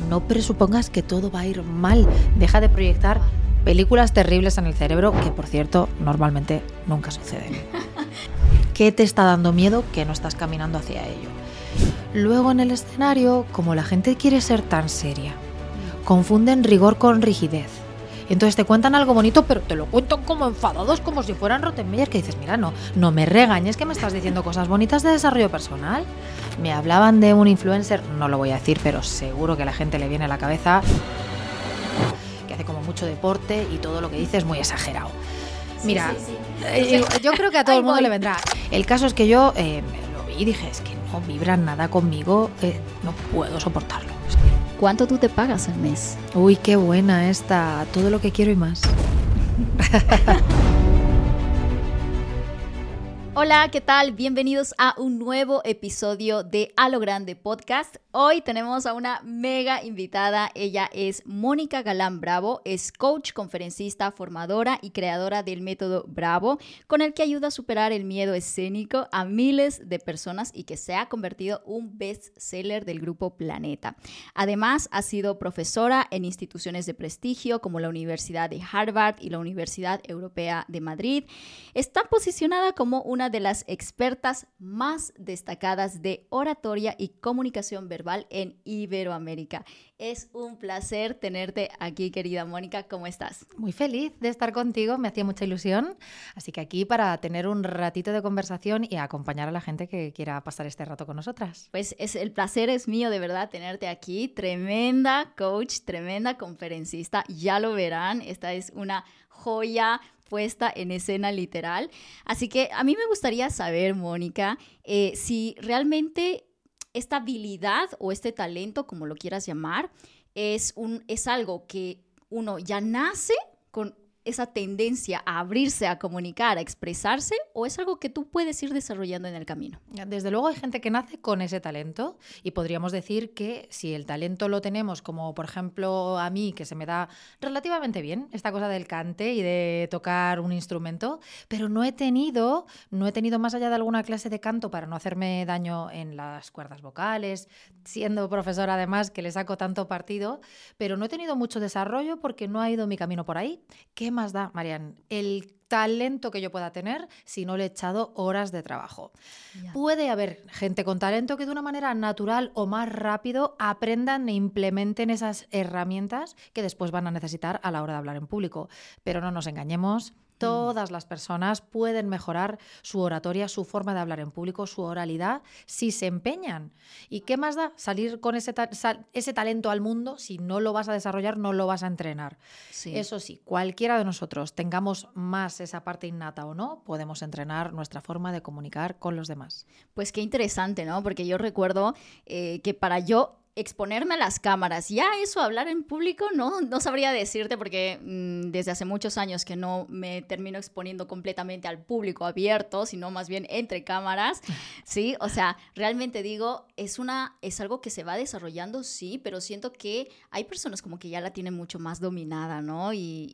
no presupongas que todo va a ir mal. Deja de proyectar películas terribles en el cerebro, que por cierto, normalmente nunca suceden. ¿Qué te está dando miedo que no estás caminando hacia ello? Luego en el escenario, como la gente quiere ser tan seria, confunden rigor con rigidez. Entonces te cuentan algo bonito, pero te lo cuentan como enfadados, como si fueran Rottenmeier, que dices, mira, no me regañes, que me estás diciendo cosas bonitas de desarrollo personal. Me hablaban de un influencer, no lo voy a decir, pero seguro que a la gente le viene a la cabeza, que hace como mucho deporte y todo lo que dice es muy exagerado. Mira, sí. Yo creo que a todo el mundo le vendrá. El caso es que yo lo vi y dije, es que no vibran nada conmigo, no puedo soportarlo. ¿Cuánto tú te pagas al mes? Uy, qué buena esta. Todo lo que quiero y más. Hola, ¿qué tal? Bienvenidos a un nuevo episodio de A lo Grande Podcast. Hoy tenemos a una mega invitada. Ella es Mónica Galán Bravo, es coach, conferencista, formadora y creadora del método Bravo, con el que ayuda a superar el miedo escénico a miles de personas y que se ha convertido en un bestseller del grupo Planeta. Además, ha sido profesora en instituciones de prestigio como la Universidad de Harvard y la Universidad Europea de Madrid. Está posicionada como una de las expertas más destacadas de oratoria y comunicación verbal en Iberoamérica. Es un placer tenerte aquí, querida Mónica. ¿Cómo estás? Muy feliz de estar contigo, me hacía mucha ilusión. Así que aquí para tener un ratito de conversación y acompañar a la gente que quiera pasar este rato con nosotras. Pues el placer es mío, de verdad, tenerte aquí. Tremenda coach, tremenda conferencista. Ya lo verán, esta es una joya puesta en escena literal. Así que a mí me gustaría saber, Mónica, si realmente esta habilidad o este talento, como lo quieras llamar, es algo que uno ya nace con esa tendencia a abrirse, a comunicar, a expresarse, o es algo que tú puedes ir desarrollando en el camino. Desde luego hay gente que nace con ese talento y podríamos decir que si el talento lo tenemos, como por ejemplo a mí, que se me da relativamente bien esta cosa del cante y de tocar un instrumento, pero no he tenido más allá de alguna clase de canto para no hacerme daño en las cuerdas vocales, siendo profesora además que le saco tanto partido, pero no he tenido mucho desarrollo porque no ha ido mi camino por ahí. ¿Qué más da, Marian? El talento que yo pueda tener si no le he echado horas de trabajo. Yeah. Puede haber gente con talento que de una manera natural o más rápido aprendan e implementen esas herramientas que después van a necesitar a la hora de hablar en público. Pero no nos engañemos. Todas las personas pueden mejorar su oratoria, su forma de hablar en público, su oralidad, si se empeñan. ¿Y qué más da salir con ese talento al mundo? Si no lo vas a desarrollar, no lo vas a entrenar. Sí. Eso sí, cualquiera de nosotros tengamos más esa parte innata o no, podemos entrenar nuestra forma de comunicar con los demás. Pues qué interesante, ¿no? Porque yo recuerdo que para yo exponerme a las cámaras, ya eso, hablar en público, no sabría decirte porque desde hace muchos años que no me termino exponiendo completamente al público abierto, sino más bien entre cámaras, ¿sí? O sea, realmente digo, es algo que se va desarrollando, sí, pero siento que hay personas como que ya la tienen mucho más dominada, ¿no?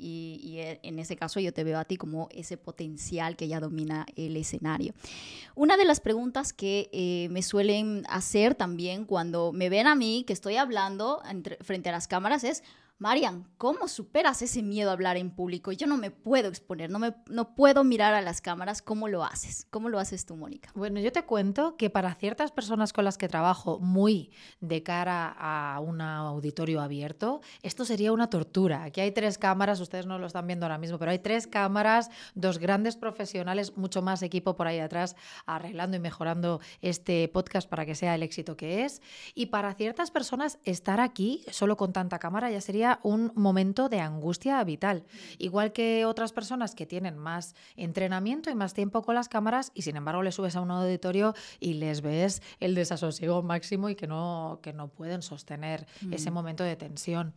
Y en ese caso yo te veo a ti como ese potencial que ya domina el escenario. Una de las preguntas que me suelen hacer también cuando me ven a mí que estoy hablando frente a las cámaras es: Marian, ¿cómo superas ese miedo a hablar en público? Yo no me puedo exponer, no puedo mirar a las cámaras. ¿Cómo lo haces? ¿Cómo lo haces tú, Mónica? Bueno, yo te cuento que para ciertas personas con las que trabajo muy de cara a un auditorio abierto, esto sería una tortura. Aquí hay 3 cámaras, ustedes no lo están viendo ahora mismo, pero hay 3 cámaras, 2 grandes profesionales, mucho más equipo por ahí atrás arreglando y mejorando este podcast para que sea el éxito que es. Y para ciertas personas estar aquí solo con tanta cámara ya sería un momento de angustia vital. Igual que otras personas que tienen más entrenamiento y más tiempo con las cámaras y sin embargo les subes a un auditorio y les ves el desasosiego máximo y que no pueden sostener ese momento de tensión.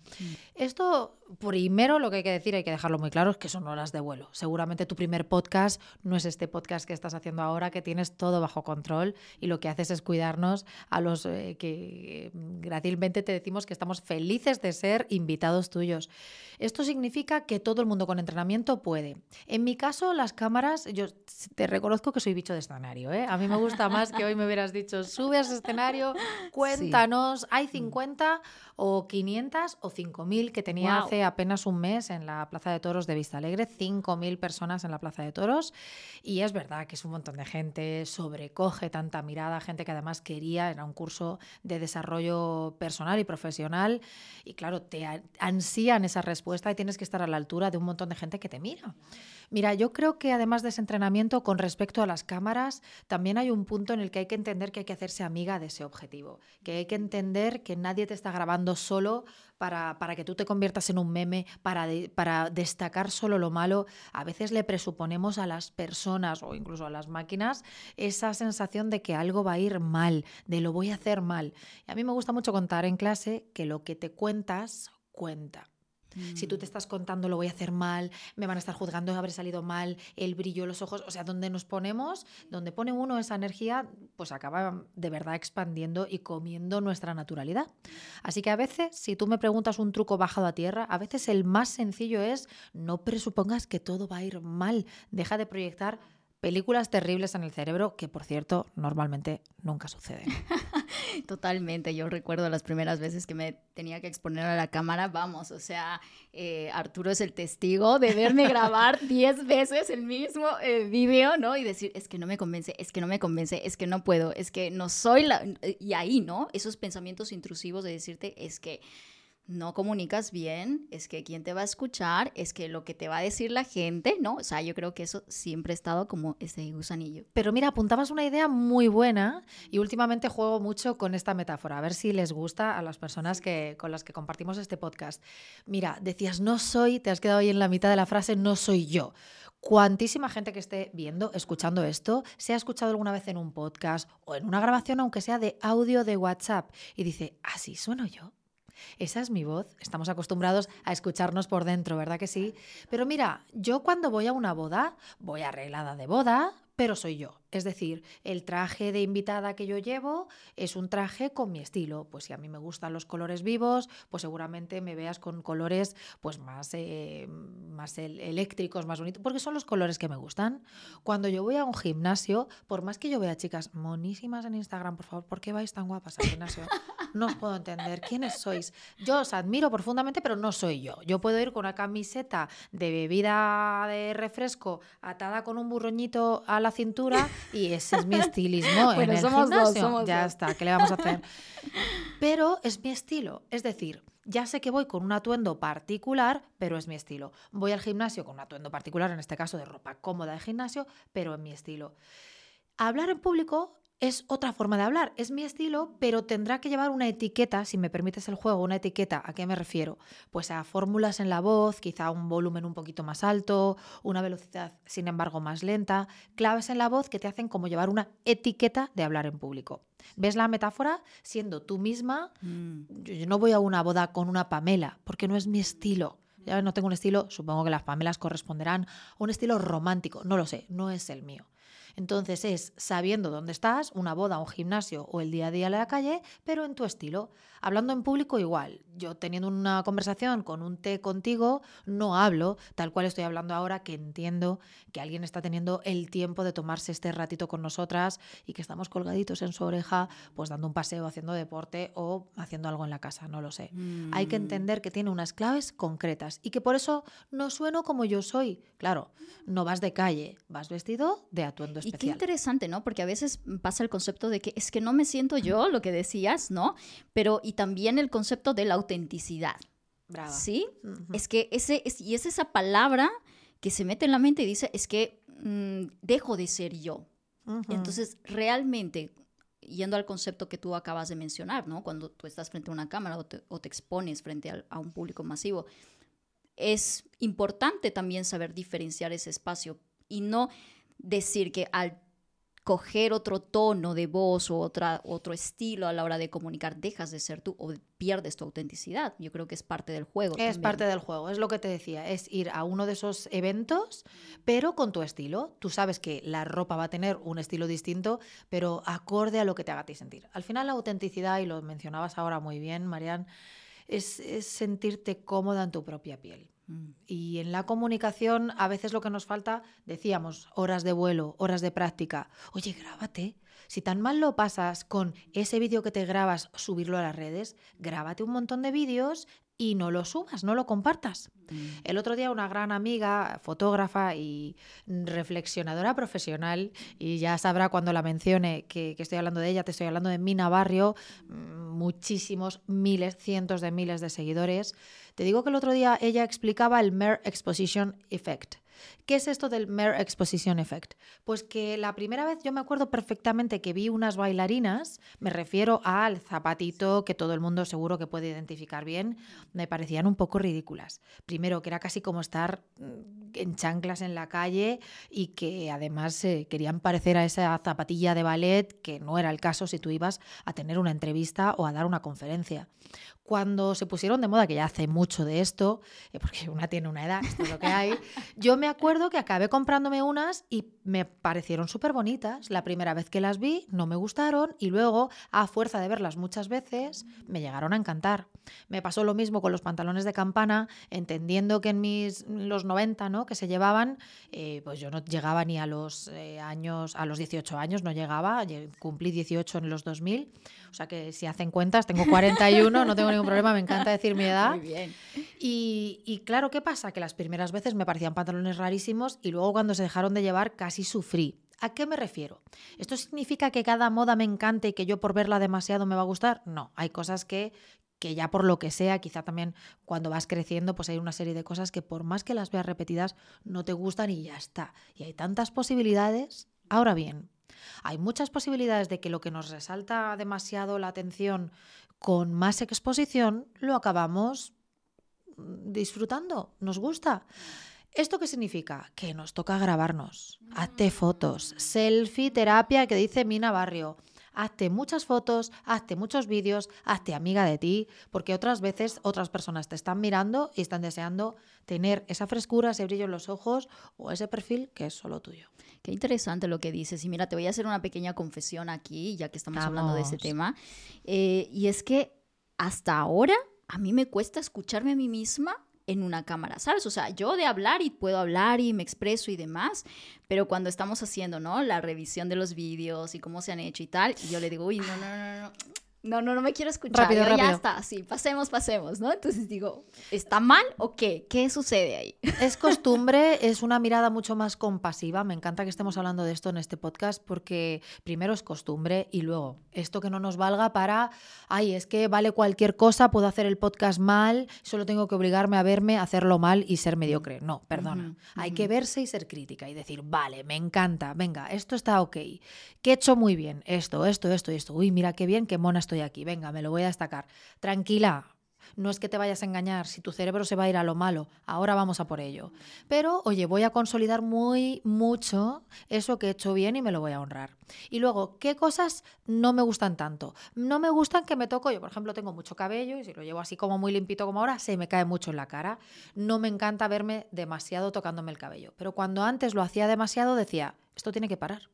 Esto, primero, lo que hay que decir, hay que dejarlo muy claro, es que son horas de vuelo. Seguramente tu primer podcast no es este podcast que estás haciendo ahora, que tienes todo bajo control y lo que haces es cuidarnos a los que grácilmente te decimos que estamos felices de ser invitados invitados tuyos. Esto significa que todo el mundo con entrenamiento puede. En mi caso, las cámaras, yo te reconozco que soy bicho de escenario, ¿eh? A mí me gusta más que hoy me hubieras dicho, sube a ese escenario, cuéntanos, ¿hay 50 o 500 o 5.000 que tenía hace apenas un mes en la Plaza de Toros de Vistalegre? 5.000 personas en la Plaza de Toros. Y es verdad que es un montón de gente, sobrecoge tanta mirada, gente que además quería, era un curso de desarrollo personal y profesional. Y claro, te ansían esa respuesta y tienes que estar a la altura de un montón de gente que te mira. Mira, yo creo que además de ese entrenamiento con respecto a las cámaras, también hay un punto en el que hay que entender que hay que hacerse amiga de ese objetivo, que hay que entender que nadie te está grabando solo para que tú te conviertas en un meme, para destacar solo lo malo. A veces le presuponemos a las personas o incluso a las máquinas esa sensación de que algo va a ir mal, de lo voy a hacer mal. Y a mí me gusta mucho contar en clase que lo que te cuentas, cuenta. Si tú te estás contando lo voy a hacer mal, me van a estar juzgando, habré salido mal, el brillo, los ojos, o sea, donde nos ponemos, donde pone uno esa energía, pues acaba de verdad expandiendo y comiendo nuestra naturalidad. Así que a veces, si tú me preguntas un truco bajado a tierra, a veces el más sencillo es no presupongas que todo va a ir mal, deja de proyectar películas terribles en el cerebro que, por cierto, normalmente nunca suceden. Totalmente, yo recuerdo las primeras veces que me tenía que exponer a la cámara, vamos, o sea, Arturo es el testigo de verme grabar 10 veces el mismo video, ¿no? Y decir, es que no me convence, es que no me convence, es que no puedo, es que no soy la... Y ahí, ¿no? Esos pensamientos intrusivos de decirte, es que no comunicas bien, es que quién te va a escuchar, es que lo que te va a decir la gente, ¿no? O sea, yo creo que eso siempre ha estado como ese gusanillo. Pero mira, apuntabas una idea muy buena y últimamente juego mucho con esta metáfora, a ver si les gusta a las personas con las que compartimos este podcast. Mira, decías no soy, te has quedado ahí en la mitad de la frase, no soy yo. Cuantísima gente que esté viendo, escuchando esto, se ha escuchado alguna vez en un podcast o en una grabación, aunque sea de audio de WhatsApp, y dice, ¿así sueno yo? Esa es mi voz. Estamos acostumbrados a escucharnos por dentro, ¿verdad que sí? Pero mira, yo cuando voy a una boda, voy arreglada de boda, pero soy yo. Es decir, el traje de invitada que yo llevo es un traje con mi estilo. Pues si a mí me gustan los colores vivos, pues seguramente me veas con colores pues más eléctricos, más bonitos, porque son los colores que me gustan. Cuando yo voy a un gimnasio, por más que yo vea chicas monísimas en Instagram, por favor, ¿por qué vais tan guapas al gimnasio? No os puedo entender. ¿Quiénes sois? Yo os admiro profundamente, pero no soy yo. Yo puedo ir con una camiseta de bebida de refresco atada con un burroñito a la cintura y ese es mi estilismo Bueno, en el somos gimnasio. somos Ya dos. está, ¿qué le vamos a hacer? Pero es mi estilo. Es decir, ya sé que voy con un atuendo particular, pero es mi estilo. Voy al gimnasio con un atuendo particular, en este caso de ropa cómoda de gimnasio, pero en mi estilo. Hablar en público es otra forma de hablar, es mi estilo, pero tendrá que llevar una etiqueta, si me permites el juego, una etiqueta. ¿A qué me refiero? Pues a fórmulas en la voz, quizá un volumen un poquito más alto, una velocidad, sin embargo, más lenta, claves en la voz que te hacen como llevar una etiqueta de hablar en público. ¿Ves la metáfora? Siendo tú misma, yo no voy a una boda con una Pamela, porque no es mi estilo. Ya no tengo un estilo, supongo que las Pamelas corresponderán a un estilo romántico, no lo sé, no es el mío. Entonces es sabiendo dónde estás, una boda, un gimnasio o el día a día en la calle, pero en tu estilo. Hablando en público igual. Yo teniendo una conversación con un té contigo, no hablo tal cual estoy hablando ahora, que entiendo que alguien está teniendo el tiempo de tomarse este ratito con nosotras y que estamos colgaditos en su oreja, pues dando un paseo, haciendo deporte o haciendo algo en la casa, no lo sé. Hay que entender que tiene unas claves concretas y que por eso no sueno como yo soy. Claro, no vas de calle, vas vestido de atuendo especial. Y qué interesante, ¿no? Porque a veces pasa el concepto de que es que no me siento yo, lo que decías, ¿no? Pero y también el concepto de la autenticidad. Brava. ¿Sí? Es que es esa palabra que se mete en la mente y dice, es que dejo de ser yo. Entonces, realmente, yendo al concepto que tú acabas de mencionar, ¿no? Cuando tú estás frente a una cámara o te expones frente a un público masivo, es importante también saber diferenciar ese espacio y no decir que al coger otro tono de voz o otro estilo a la hora de comunicar dejas de ser tú o pierdes tu autenticidad. Yo creo que es parte del juego. Es parte del juego, es lo que te decía, es ir a uno de esos eventos, pero con tu estilo. Tú sabes que la ropa va a tener un estilo distinto, pero acorde a lo que te haga a ti sentir. Al final la autenticidad, y lo mencionabas ahora muy bien, Marian, es sentirte cómoda en tu propia piel. Y en la comunicación a veces lo que nos falta, decíamos, horas de vuelo, horas de práctica. Oye, grábate. Si tan mal lo pasas con ese vídeo que te grabas, subirlo a las redes, grábate un montón de vídeos y no lo subas, no lo compartas. El otro día una gran amiga, fotógrafa y reflexionadora profesional, y ya sabrá cuando la mencione que estoy hablando de ella, te estoy hablando de Mina Barrio, muchísimos, miles, cientos de miles de seguidores. Te digo que el otro día ella explicaba el Mere Exposition Effect. ¿Qué es esto del Mere Exposition Effect? Pues que la primera vez yo me acuerdo perfectamente que vi unas bailarinas, me refiero al zapatito que todo el mundo seguro que puede identificar bien, me parecían un poco ridículas. Primero, que era casi como estar en chanclas en la calle y que además querían parecer a esa zapatilla de ballet, que no era el caso si tú ibas a tener una entrevista o a dar una conferencia. Cuando se pusieron de moda, que ya hace mucho de esto, porque una tiene una edad, esto es lo que hay, yo me acuerdo que acabé comprándome unas y me parecieron súper bonitas. La primera vez que las vi no me gustaron y luego, a fuerza de verlas muchas veces, me llegaron a encantar. Me pasó lo mismo con los pantalones de campana, entendiendo que en los 90, ¿no?, que se llevaban, pues yo no llegaba ni a los 18 años, no llegaba, cumplí 18 en los 2000, o sea que si hacen cuentas, tengo 41, no tengo ningún problema, me encanta decir mi edad. Muy bien. Y claro, ¿qué pasa? Que las primeras veces me parecían pantalones rarísimos y luego cuando se dejaron de llevar casi sufrí. ¿A qué me refiero? ¿Esto significa que cada moda me encante y que yo por verla demasiado me va a gustar? No, hay cosas que ya por lo que sea, quizá también cuando vas creciendo, pues hay una serie de cosas que por más que las veas repetidas no te gustan y ya está. Y hay tantas posibilidades. Ahora bien, hay muchas posibilidades de que lo que nos resalta demasiado la atención con más exposición lo acabamos disfrutando, nos gusta. ¿Esto qué significa? Que nos toca grabarnos. Hazte fotos, selfie, terapia, que dice Mina Barrio. Hazte muchas fotos, hazte muchos vídeos, hazte amiga de ti, porque otras veces otras personas te están mirando y están deseando tener esa frescura, ese brillo en los ojos o ese perfil que es solo tuyo. Qué interesante lo que dices. Y mira, te voy a hacer una pequeña confesión aquí, ya que estamos hablando de ese tema. Y es que hasta ahora a mí me cuesta escucharme a mí misma en una cámara, ¿sabes? O sea, yo de hablar y puedo hablar y me expreso y demás, pero cuando estamos haciendo, ¿no?, la revisión de los vídeos y cómo se han hecho y tal, y yo le digo, uy, no me quiero escuchar. Rápido. Ya está, sí, pasemos, ¿no? Entonces digo, ¿está mal o qué? ¿Qué sucede ahí? Es costumbre, es una mirada mucho más compasiva. Me encanta que estemos hablando de esto en este podcast porque primero es costumbre y luego esto que no nos valga para, es que vale cualquier cosa, puedo hacer el podcast mal, solo tengo que obligarme a verme, hacerlo mal y ser mediocre. No, perdona. Hay que verse y ser crítica y decir, vale, me encanta, venga, esto está ok, que he hecho muy bien, esto. Uy, mira qué bien, qué mona estoy aquí, venga, me lo voy a destacar. Tranquila, no es que te vayas a engañar, si tu cerebro se va a ir a lo malo, ahora vamos a por ello. Pero, oye, voy a consolidar mucho eso que he hecho bien y me lo voy a honrar. Y luego, ¿qué cosas no me gustan tanto? No me gustan que me toco, yo por ejemplo tengo mucho cabello y si lo llevo así como muy limpito como ahora, se me cae mucho en la cara. No me encanta verme demasiado tocándome el cabello. Pero cuando antes lo hacía demasiado decía, esto tiene que parar.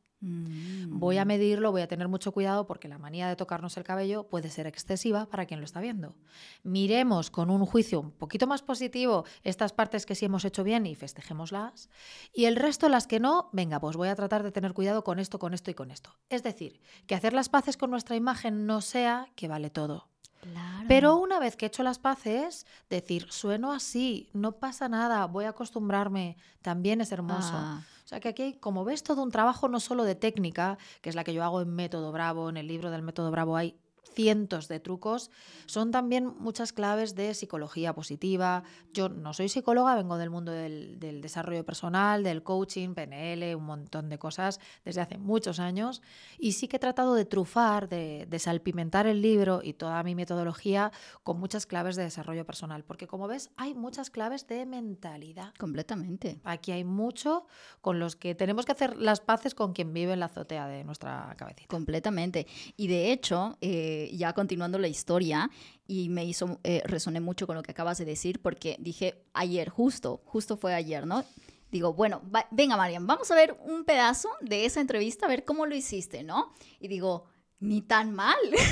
Voy a medirlo, voy a tener mucho cuidado porque la manía de tocarnos el cabello puede ser excesiva para quien lo está viendo. Miremos con un juicio un poquito más positivo estas partes que sí hemos hecho bien y festejémoslas. Y el resto, las que no, venga, pues voy a tratar de tener cuidado con esto y con esto. Es decir, que hacer las paces con nuestra imagen no sea que vale todo. Claro. Pero una vez que he hecho las paces, decir, sueno así, no pasa nada, voy a acostumbrarme, también es hermoso. O sea que aquí, como ves, todo un trabajo no solo de técnica, que es la que yo hago en Método Bravo, en el libro del Método Bravo hay cientos de trucos, son también muchas claves de psicología positiva. Yo no soy psicóloga, vengo del mundo del desarrollo personal, del coaching, PNL, un montón de cosas desde hace muchos años y sí que he tratado de trufar, de salpimentar el libro y toda mi metodología con muchas claves de desarrollo personal, porque como ves hay muchas claves de mentalidad. Completamente. Aquí hay mucho con los que tenemos que hacer las paces con quien vive en la azotea de nuestra cabecita. Completamente. Y de hecho, ya continuando la historia, y me hizo, resoné mucho con lo que acabas de decir, porque dije ayer, justo fue ayer, ¿no? Digo, bueno, venga, Mariam, vamos a ver un pedazo de esa entrevista, a ver cómo lo hiciste, ¿no? Y digo, ni tan mal.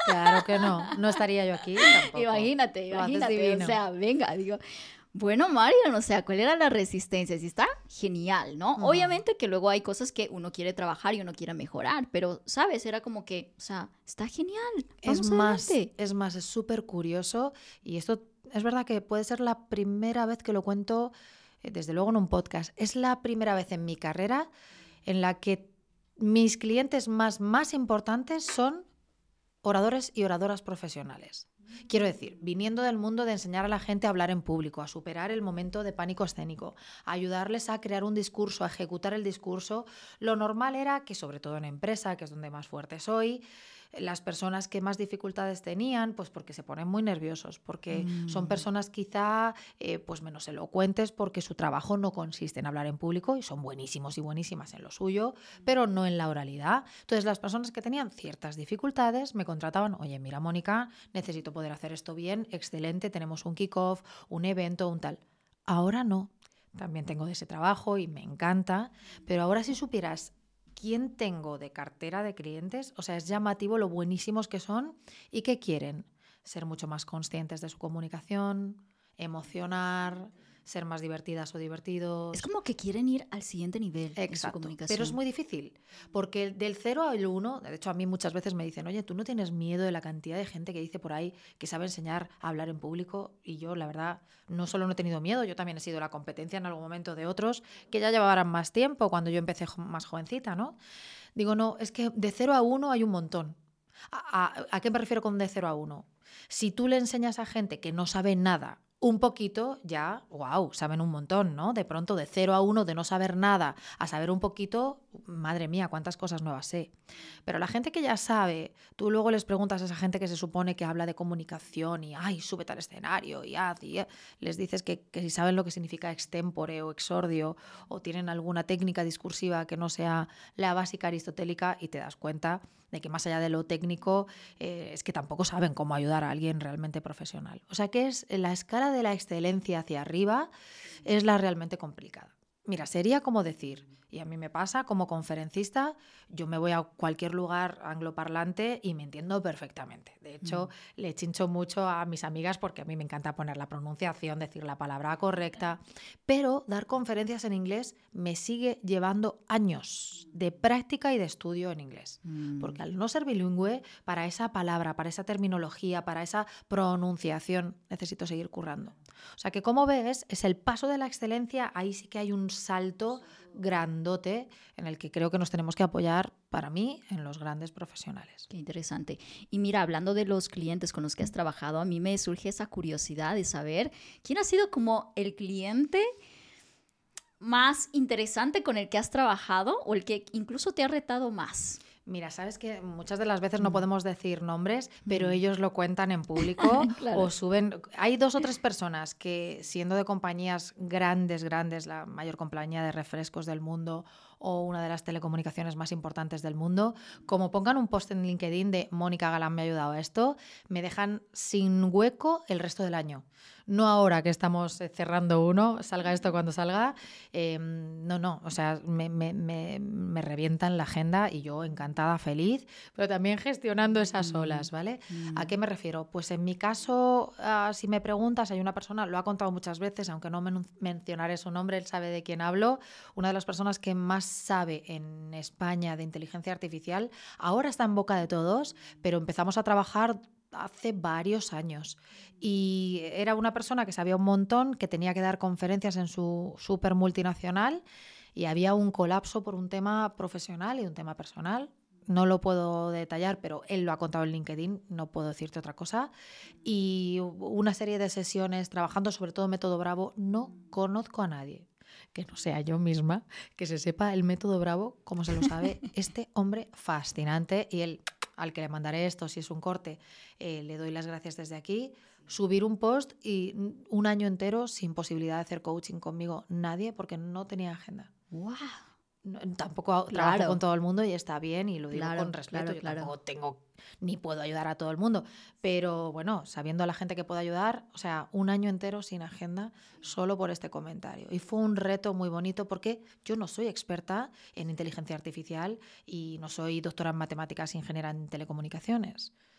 Claro que no. No estaría yo aquí tampoco. Imagínate, Lo haces imagínate. divino. O sea, venga, digo. Bueno, Marian, o sea, ¿cuál era la resistencia? Sí, está genial, ¿no? Ujú. Obviamente que luego hay cosas que uno quiere trabajar y uno quiere mejorar, pero, ¿sabes? Era como que, o sea, está genial, vamos adelante. Es súper curioso y esto es verdad que puede ser la primera vez que lo cuento, desde luego en un podcast. Es la primera vez en mi carrera en la que mis clientes más importantes son oradores y oradoras profesionales. Quiero decir, viniendo del mundo de enseñar a la gente a hablar en público, a superar el momento de pánico escénico, a ayudarles a crear un discurso, a ejecutar el discurso, lo normal era que, sobre todo en empresa, que es donde más fuerte soy, las personas que más dificultades tenían, pues porque se ponen muy nerviosos, porque son personas quizá pues menos elocuentes, porque su trabajo no consiste en hablar en público y son buenísimos y buenísimas en lo suyo, pero no en la oralidad. Entonces las personas que tenían ciertas dificultades me contrataban, oye, mira Mónica, necesito poder hacer esto bien, excelente, tenemos un kick-off, un evento, un tal. Ahora no. También tengo de ese trabajo y me encanta, pero ahora si supieras quién tengo de cartera de clientes, o sea, es llamativo lo buenísimos que son y que quieren ser mucho más conscientes de su comunicación, emocionar, ser más divertidas o divertidos. Es como que quieren ir al siguiente nivel en su Exacto, comunicación. pero es muy difícil, porque del 0 al 1, de hecho a mí muchas veces me dicen, oye, ¿tú no tienes miedo de la cantidad de gente que dice por ahí que sabe enseñar a hablar en público? Y yo, la verdad, no solo no he tenido miedo, yo también he sido la competencia en algún momento de otros que ya llevaban más tiempo cuando yo empecé más jovencita, ¿no? Digo, no, es que de 0 a 1 hay un montón. ¿A qué me refiero con de 0 a 1? Si tú le enseñas a gente que no sabe nada un poquito, ya, wow, saben un montón, ¿no? De pronto de 0 a 1, de no saber nada a saber un poquito, madre mía, cuántas cosas nuevas sé. Pero la gente que ya sabe, tú luego les preguntas a esa gente que se supone que habla de comunicación y, ay, súbete al escenario y haz, les dices que si saben lo que significa extempore o exordio o tienen alguna técnica discursiva que no sea la básica aristotélica y te das cuenta de que más allá de lo técnico es que tampoco saben cómo ayudar a alguien realmente profesional. O sea que es la escala de la excelencia hacia arriba es la realmente complicada. Mira, sería como decir, y a mí me pasa como conferencista, yo me voy a cualquier lugar angloparlante y me entiendo perfectamente. De hecho, le chincho mucho a mis amigas porque a mí me encanta poner la pronunciación, decir la palabra correcta, pero dar conferencias en inglés me sigue llevando años de práctica y de estudio en inglés. Porque al no ser bilingüe, para esa palabra, para esa terminología, para esa pronunciación, necesito seguir currando. O sea que, como ves, es el paso de la excelencia, ahí sí que hay un salto grandote en el que creo que nos tenemos que apoyar, para mí, en los grandes profesionales. Qué interesante. Y mira, hablando de los clientes con los que has trabajado, a mí me surge esa curiosidad de saber quién ha sido como el cliente más interesante con el que has trabajado o el que incluso te ha retado más. Mira, sabes que muchas de las veces no podemos decir nombres, pero ellos lo cuentan en público Claro. o suben. Hay 2 o 3 personas que, siendo de compañías grandes, la mayor compañía de refrescos del mundo o una de las telecomunicaciones más importantes del mundo, como pongan un post en LinkedIn de Mónica Galán me ha ayudado a esto, me dejan sin hueco el resto del año. No ahora que estamos cerrando uno, salga esto cuando salga, no, o sea, me revientan la agenda y yo encantada, feliz, pero también gestionando esas olas, ¿vale? ¿A qué me refiero? Pues en mi caso, si me preguntas, hay una persona, lo ha contado muchas veces, aunque no mencionaré su nombre, él sabe de quién hablo, una de las personas que más sabe en España de inteligencia artificial, ahora está en boca de todos, pero empezamos a trabajar hace varios años y era una persona que sabía un montón, que tenía que dar conferencias en su súper multinacional y había un colapso por un tema profesional y un tema personal. No lo puedo detallar, pero él lo ha contado en LinkedIn, no puedo decirte otra cosa. Y una serie de sesiones trabajando sobre todo método Bravo. No conozco a nadie que no sea yo misma, que se sepa el método Bravo como se lo sabe este hombre fascinante. Y él, al que le mandaré esto, si es un corte, le doy las gracias desde aquí. Subir un post y un año entero sin posibilidad de hacer coaching conmigo nadie porque no tenía agenda. ¡Wow! No, tampoco trabajo con todo el mundo y está bien y lo digo con respeto. Yo tampoco tengo ni puedo ayudar a todo el mundo, pero bueno, sabiendo a la gente que puedo ayudar, o sea, un año entero sin agenda solo por este comentario. Y fue un reto muy bonito porque yo no soy experta en inteligencia artificial y no soy doctora en matemáticas e ingeniera en telecomunicaciones.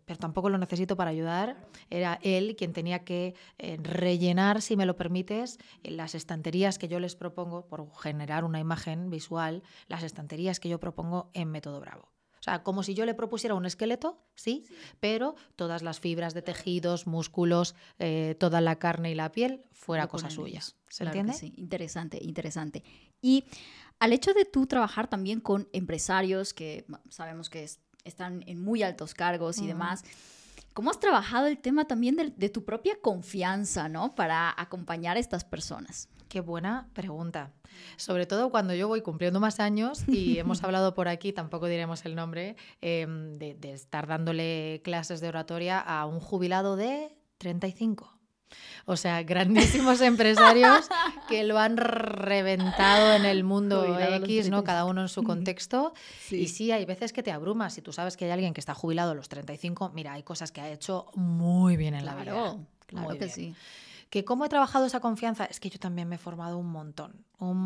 pero tampoco lo necesito para ayudar. Era él quien tenía que rellenar, si me lo permites, las estanterías que yo les propongo, por generar una imagen visual, las estanterías que yo propongo en Método Bravo. O sea, como si yo le propusiera un esqueleto, sí, pero todas las fibras de tejidos, músculos, toda la carne y la piel fuera cosa suya. ¿Se entiende? Sí, interesante, interesante. Y al hecho de tú trabajar también con empresarios que sabemos que están en muy altos cargos y demás, ¿cómo has trabajado el tema también de tu propia confianza, ¿no? Para acompañar a estas personas? Qué buena pregunta. Sobre todo cuando yo voy cumpliendo más años y hemos hablado por aquí, tampoco diremos el nombre, de estar dándole clases de oratoria a un jubilado de 35. O sea, grandísimos empresarios que lo han reventado en el mundo X, ¿no? Cada uno en su contexto. Sí. Y sí, hay veces que te abrumas. Si tú sabes que hay alguien que está jubilado a los 35, mira, hay cosas que ha hecho muy bien en la vida. Claro que sí. ¿Que cómo he trabajado esa confianza? Es que yo también me he formado un montón.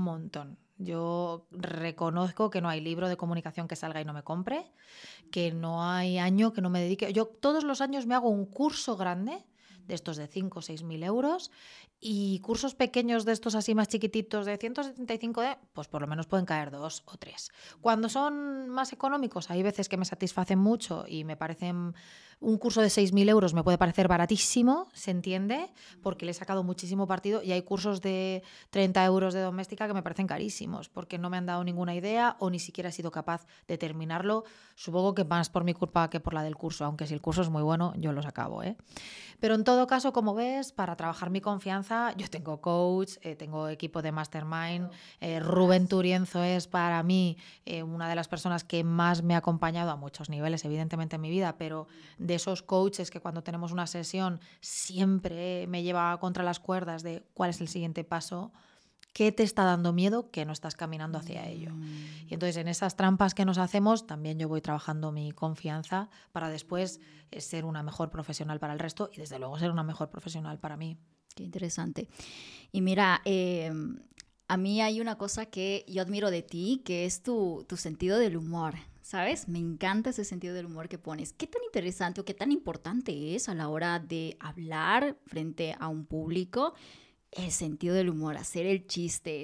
Yo reconozco que no hay libro de comunicación que salga y no me compre, que no hay año que no me dedique. Yo todos los años me hago un curso grande, de estos de 5 o 6 mil euros, y cursos pequeños de estos así más chiquititos de 175, pues por lo menos pueden caer 2 o 3. Cuando son más económicos, hay veces que me satisfacen mucho y me parecen... Un curso de 6.000 euros me puede parecer baratísimo, ¿se entiende? Porque le he sacado muchísimo partido, y hay cursos de 30 euros de doméstica que me parecen carísimos porque no me han dado ninguna idea o ni siquiera he sido capaz de terminarlo. Supongo que más por mi culpa que por la del curso, aunque si el curso es muy bueno, yo los acabo, ¿eh? Pero en todo caso, como ves, para trabajar mi confianza, yo tengo coach, tengo equipo de mastermind. Rubén Turienzo es para mí una de las personas que más me ha acompañado a muchos niveles, evidentemente, en mi vida, pero de esos coaches que cuando tenemos una sesión siempre me lleva contra las cuerdas de cuál es el siguiente paso, qué te está dando miedo, que no estás caminando hacia ello. Y entonces en esas trampas que nos hacemos también yo voy trabajando mi confianza para después ser una mejor profesional para el resto y desde luego ser una mejor profesional para mí. Qué interesante. Y mira, a mí hay una cosa que yo admiro de ti, que es tu sentido del humor. ¿Sabes? Me encanta ese sentido del humor que pones. ¿Qué tan interesante o qué tan importante es a la hora de hablar frente a un público el sentido del humor, hacer el chiste?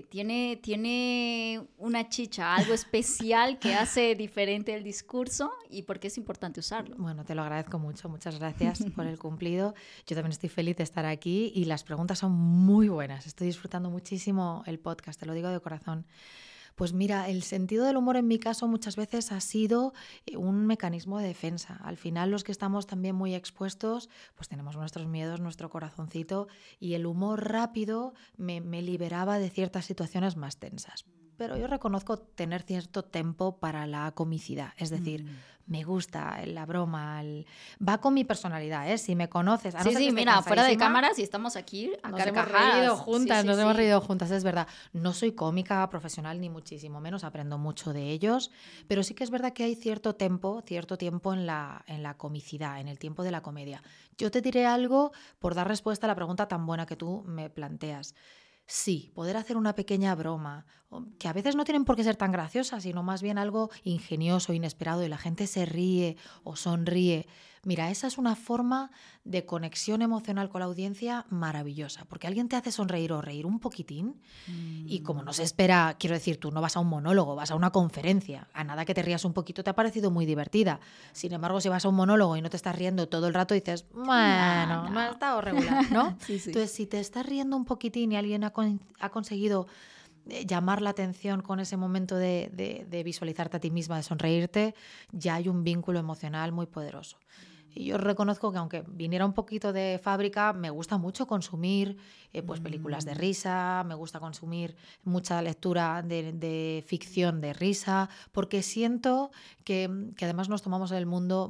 ¿Tiene una chicha, algo especial que hace diferente el discurso y por qué es importante usarlo? Bueno, te lo agradezco mucho. Muchas gracias por el cumplido. Yo también estoy feliz de estar aquí y las preguntas son muy buenas. Estoy disfrutando muchísimo el podcast, te lo digo de corazón. Pues mira, el sentido del humor en mi caso muchas veces ha sido un mecanismo de defensa. Al final los que estamos también muy expuestos, pues tenemos nuestros miedos, nuestro corazoncito, y el humor rápido me liberaba de ciertas situaciones más tensas. Pero yo reconozco tener cierto tempo para la comicidad, es decir, me gusta la broma, va con mi personalidad, ¿eh? Si me conoces... Sí, mira, fuera de cámaras y estamos aquí a carcajadas. Nos hemos reído juntas, es verdad. No soy cómica profesional ni muchísimo menos, aprendo mucho de ellos, pero sí que es verdad que hay cierto tiempo en la comicidad, en el tiempo de la comedia. Yo te diré algo por dar respuesta a la pregunta tan buena que tú me planteas. Sí, poder hacer una pequeña broma, que a veces no tienen por qué ser tan graciosas, sino más bien algo ingenioso, inesperado, y la gente se ríe o sonríe. Mira, esa es una forma de conexión emocional con la audiencia maravillosa, porque alguien te hace sonreír o reír un poquitín y como no se espera, quiero decir, tú no vas a un monólogo, vas a una conferencia, a nada que te rías un poquito te ha parecido muy divertida. Sin embargo, si vas a un monólogo y no te estás riendo todo el rato, dices, bueno, no ha estado regular, ¿no? Sí. Entonces, si te estás riendo un poquitín y alguien ha conseguido llamar la atención con ese momento de visualizarte a ti misma, de sonreírte, ya hay un vínculo emocional muy poderoso. Y yo reconozco que aunque viniera un poquito de fábrica, me gusta mucho consumir pues películas de risa, me gusta consumir mucha lectura de ficción de risa, porque siento que además nos tomamos el mundo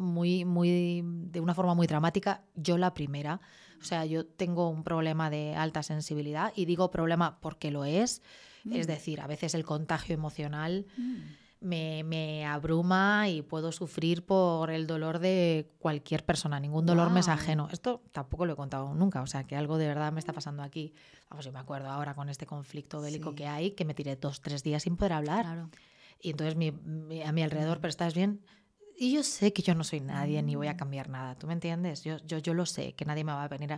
de una forma muy dramática, yo la primera. O sea, yo tengo un problema de alta sensibilidad y digo problema porque lo es. Es decir, a veces el contagio emocional me abruma y puedo sufrir por el dolor de cualquier persona. Ningún dolor me es ajeno. Esto tampoco lo he contado nunca, o sea, que algo de verdad me está pasando aquí. Vamos, yo me acuerdo ahora con este conflicto bélico que hay, que me tiré 2-3 días sin poder hablar. Claro. Y entonces a mi alrededor, ¿pero estás bien? Y yo sé que yo no soy nadie ni voy a cambiar nada, ¿tú me entiendes? Yo lo sé, que nadie me va a venir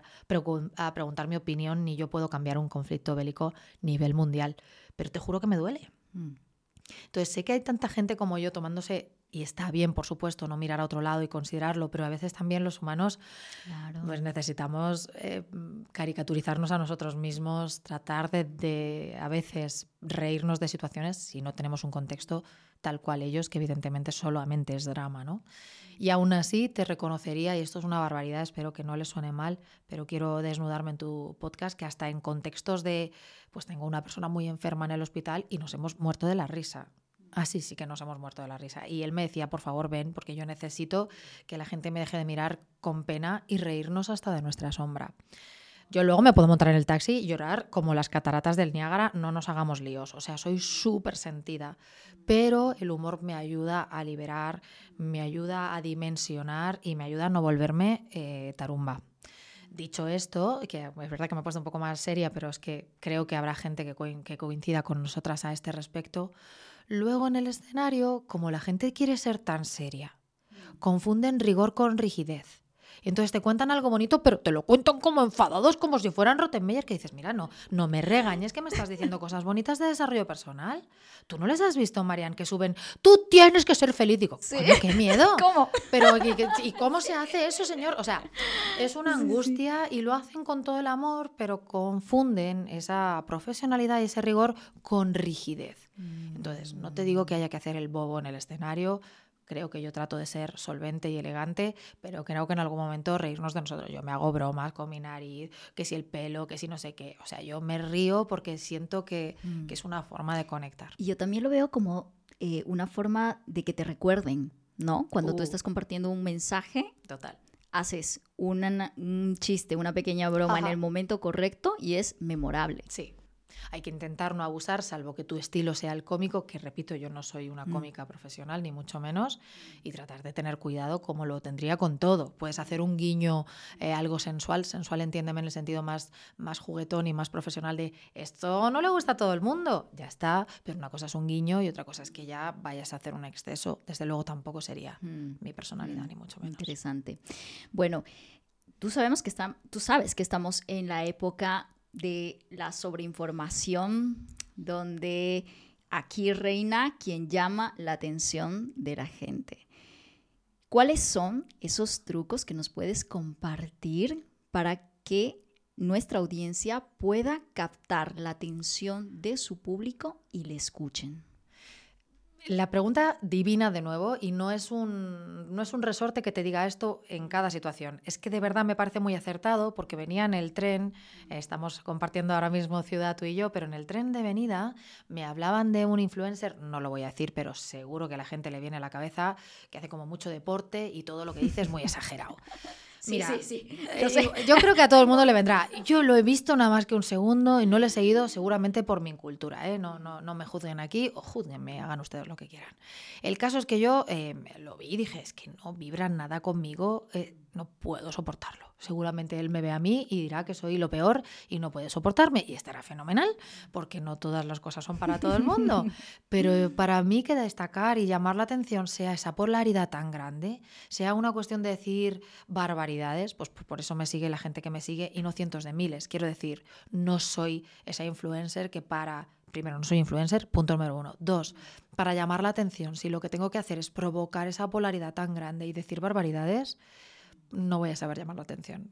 a preguntar mi opinión, ni yo puedo cambiar un conflicto bélico a nivel mundial, pero te juro que me duele. Entonces sé que hay tanta gente como yo tomándose, y está bien, por supuesto, no mirar a otro lado y considerarlo, pero a veces también los humanos pues necesitamos caricaturizarnos a nosotros mismos, tratar de a veces reírnos de situaciones si no tenemos un contexto tal cual ellos, que evidentemente solamente es drama, ¿no? Y aún así te reconocería, y esto es una barbaridad, espero que no les suene mal, pero quiero desnudarme en tu podcast, que hasta en contextos de, pues tengo una persona muy enferma en el hospital y nos hemos muerto de la risa. Así sí que nos hemos muerto de la risa. Y él me decía, por favor, ven, porque yo necesito que la gente me deje de mirar con pena y reírnos hasta de nuestra sombra. Yo luego me puedo montar en el taxi y llorar como las cataratas del Niágara, no nos hagamos líos. O sea, soy súper sentida. Pero el humor me ayuda a liberar, me ayuda a dimensionar y me ayuda a no volverme tarumba. Dicho esto, que es verdad que me he puesto un poco más seria, pero es que creo que habrá gente que coincida con nosotras a este respecto. Luego en el escenario, como la gente quiere ser tan seria, confunden rigor con rigidez. Entonces te cuentan algo bonito, pero te lo cuentan como enfadados, como si fueran Rottenmeier, que dices, mira, no me regañes que me estás diciendo cosas bonitas de desarrollo personal. ¿Tú no les has visto, Marian, que suben, tú tienes que ser feliz? Digo, Sí. coño, qué miedo. ¿Cómo? Pero, ¿y cómo se hace eso, señor? O sea, es una angustia y lo hacen con todo el amor, pero confunden esa profesionalidad y ese rigor con rigidez. Entonces, no te digo que haya que hacer el bobo en el escenario. Creo que yo trato de ser solvente y elegante, pero creo que en algún momento reírnos de nosotros. Yo me hago bromas con mi nariz, que si el pelo, que si no sé qué. O sea, yo me río porque siento que es una forma de conectar. Y yo también lo veo como una forma de que te recuerden, ¿no? Cuando tú estás compartiendo un mensaje, Total. haces un chiste, una pequeña broma en Ajá. el momento correcto y es memorable. Sí. Hay que intentar no abusar, salvo que tu estilo sea el cómico, que repito, yo no soy una cómica profesional, ni mucho menos, y tratar de tener cuidado como lo tendría con todo. Puedes hacer un guiño, algo sensual entiéndeme en el sentido más juguetón y más profesional de esto no le gusta a todo el mundo, ya está, pero una cosa es un guiño y otra cosa es que ya vayas a hacer un exceso. Desde luego tampoco sería mi personalidad, ni mucho menos. Interesante. Bueno, tú sabes que estamos en la época de la sobreinformación, donde aquí reina quien llama la atención de la gente. ¿Cuáles son esos trucos que nos puedes compartir para que nuestra audiencia pueda captar la atención de su público y le escuchen? La pregunta divina de nuevo, y no es un resorte que te diga esto en cada situación. Es que de verdad me parece muy acertado porque venía en el tren, estamos compartiendo ahora mismo ciudad tú y yo, pero en el tren de venida me hablaban de un influencer, no lo voy a decir, pero seguro que a la gente le viene a la cabeza, que hace como mucho deporte y todo lo que dice es muy exagerado. Mira, sí. Yo creo que a todo el mundo le vendrá. Yo lo he visto nada más que un segundo y no le he seguido seguramente por mi incultura. No me juzguen aquí o juzguenme, hagan ustedes lo que quieran. El caso es que yo lo vi y dije, es que no vibran nada conmigo, no puedo soportarlo. Seguramente él me ve a mí y dirá que soy lo peor y no puede soportarme y estará fenomenal, porque no todas las cosas son para todo el mundo. Pero para mí que destacar y llamar la atención sea esa polaridad tan grande, sea una cuestión de decir barbaridades, pues por eso me sigue la gente que me sigue y no cientos de miles. Quiero decir, no soy esa influencer que primero, no soy influencer, punto número 1. 2, para llamar la atención, si lo que tengo que hacer es provocar esa polaridad tan grande y decir barbaridades, no voy a saber llamar la atención.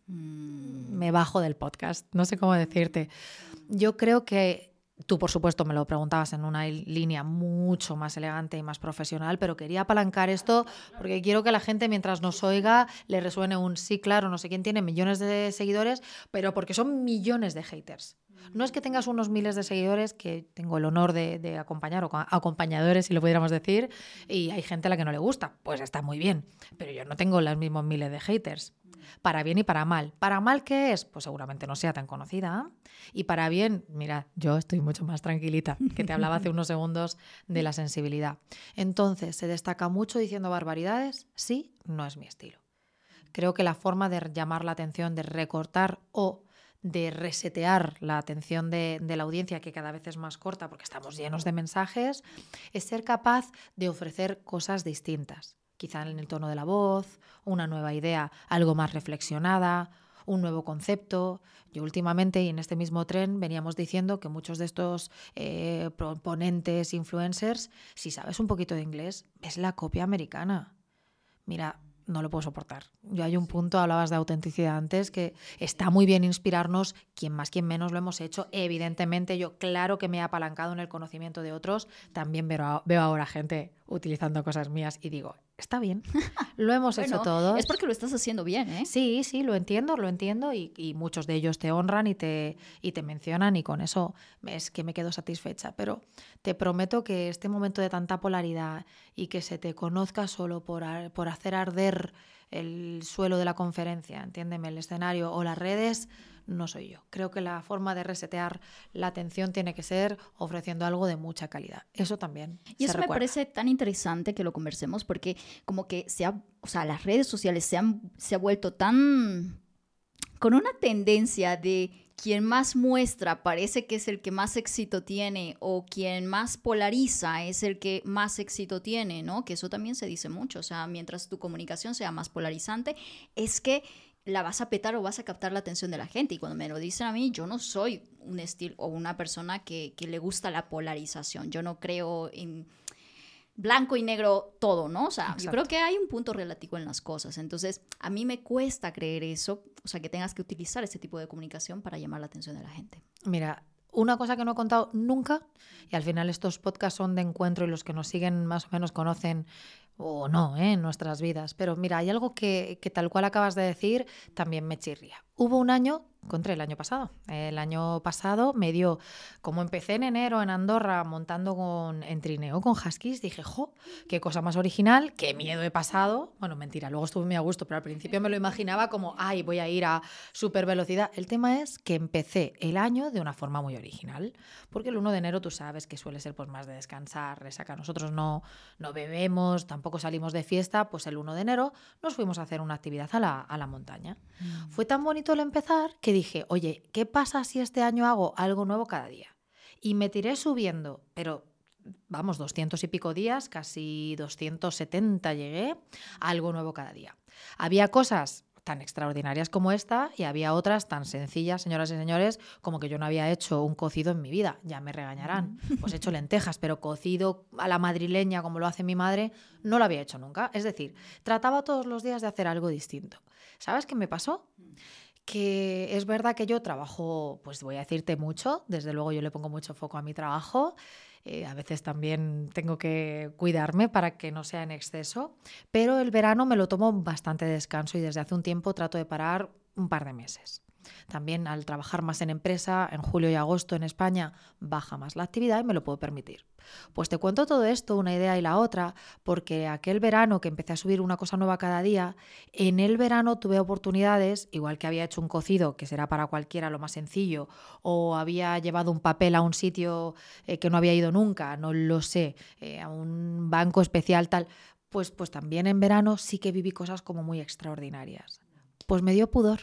Me bajo del podcast, no sé cómo decirte. Yo creo que tú, por supuesto, me lo preguntabas en una línea mucho más elegante y más profesional, pero quería apalancar esto porque quiero que la gente, mientras nos oiga, le resuene un sí, claro, no sé quién tiene millones de seguidores, pero porque son millones de haters. No es que tengas unos miles de seguidores, que tengo el honor de acompañar, o acompañadores, si lo pudiéramos decir, y hay gente a la que no le gusta. Pues está muy bien, pero yo no tengo los mismos miles de haters. Para bien y para mal. ¿Para mal qué es? Pues seguramente no sea tan conocida. Y para bien, mira, yo estoy mucho más tranquilita, que te hablaba hace unos segundos de la sensibilidad. Entonces, ¿se destaca mucho diciendo barbaridades? Sí, no es mi estilo. Creo que la forma de llamar la atención, de recortar o de resetear la atención de la audiencia, que cada vez es más corta porque estamos llenos de mensajes, es ser capaz de ofrecer cosas distintas. quizá en el tono de la voz, una nueva idea, algo más reflexionada, un nuevo concepto. Yo últimamente, y en este mismo tren, veníamos diciendo que muchos de estos ponentes, influencers, si sabes un poquito de inglés, ves la copia americana. Mira, no lo puedo soportar. Yo hay un punto, hablabas de autenticidad antes, que está muy bien inspirarnos, quien más, quien menos lo hemos hecho. Evidentemente, yo claro que me he apalancado en el conocimiento de otros, también veo ahora gente utilizando cosas mías y digo, está bien, lo hemos hecho todos. Es porque lo estás haciendo bien, ¿eh? Sí, lo entiendo y muchos de ellos te honran y te mencionan y con eso es que me quedo satisfecha. Pero te prometo que este momento de tanta polaridad y que se te conozca solo por hacer arder el suelo de la conferencia, entiéndeme, el escenario o las redes, no soy yo. Creo que la forma de resetear la atención tiene que ser ofreciendo algo de mucha calidad. Eso también. Y eso me parece tan interesante que lo conversemos porque como que las redes sociales se ha vuelto tan con una tendencia de quien más muestra parece que es el que más éxito tiene o quien más polariza es el que más éxito tiene, ¿no? Que eso también se dice mucho. O sea, mientras tu comunicación sea más polarizante, es que la vas a petar o vas a captar la atención de la gente. Y cuando me lo dicen a mí, yo no soy un estilo o una persona que le gusta la polarización. Yo no creo en blanco y negro todo, ¿no? O sea, Exacto. Yo creo que hay un punto relativo en las cosas. Entonces, a mí me cuesta creer eso, o sea, que tengas que utilizar este tipo de comunicación para llamar la atención de la gente. Mira, una cosa que no he contado nunca, y al final estos podcasts son de encuentro y los que nos siguen más o menos conocen o no, en nuestras vidas. Pero mira, hay algo que tal cual acabas de decir, también me chirría. Hubo un año, contra el año pasado. El año pasado me dio, como empecé en enero en Andorra montando en trineo con huskies, dije, ¡jo! ¡Qué cosa más original! ¡Qué miedo he pasado! Bueno, mentira, luego estuve muy a gusto, pero al principio me lo imaginaba como, ¡ay, voy a ir a súper velocidad! El tema es que empecé el año de una forma muy original, porque el 1 de enero tú sabes que suele ser pues más de descansar, resaca. Nosotros no bebemos, tampoco salimos de fiesta, pues el 1 de enero nos fuimos a hacer una actividad a la montaña. Fue tan bonito el empezar que dije, oye, ¿qué pasa si este año hago algo nuevo cada día? Y me tiré subiendo, pero vamos, 200 y pico días, casi 270 llegué, a algo nuevo cada día. Había cosas tan extraordinarias como esta y había otras tan sencillas, señoras y señores, como que yo no había hecho un cocido en mi vida. Ya me regañarán. Pues he hecho lentejas, pero cocido a la madrileña como lo hace mi madre, no lo había hecho nunca. Es decir, trataba todos los días de hacer algo distinto. ¿Sabes qué me pasó? Que es verdad que yo trabajo, pues voy a decirte mucho, desde luego yo le pongo mucho foco a mi trabajo, a veces también tengo que cuidarme para que no sea en exceso, pero el verano me lo tomo bastante descanso y desde hace un tiempo trato de parar un par de meses. También al trabajar más en empresa, en julio y agosto en España baja más la actividad y me lo puedo permitir. Pues te cuento todo esto, una idea y la otra, porque aquel verano que empecé a subir una cosa nueva cada día, en el verano tuve oportunidades, igual que había hecho un cocido, que será para cualquiera lo más sencillo, o había llevado un papel a un sitio que no había ido nunca, no lo sé, a un banco especial tal, pues también en verano sí que viví cosas como muy extraordinarias. Pues me dio pudor.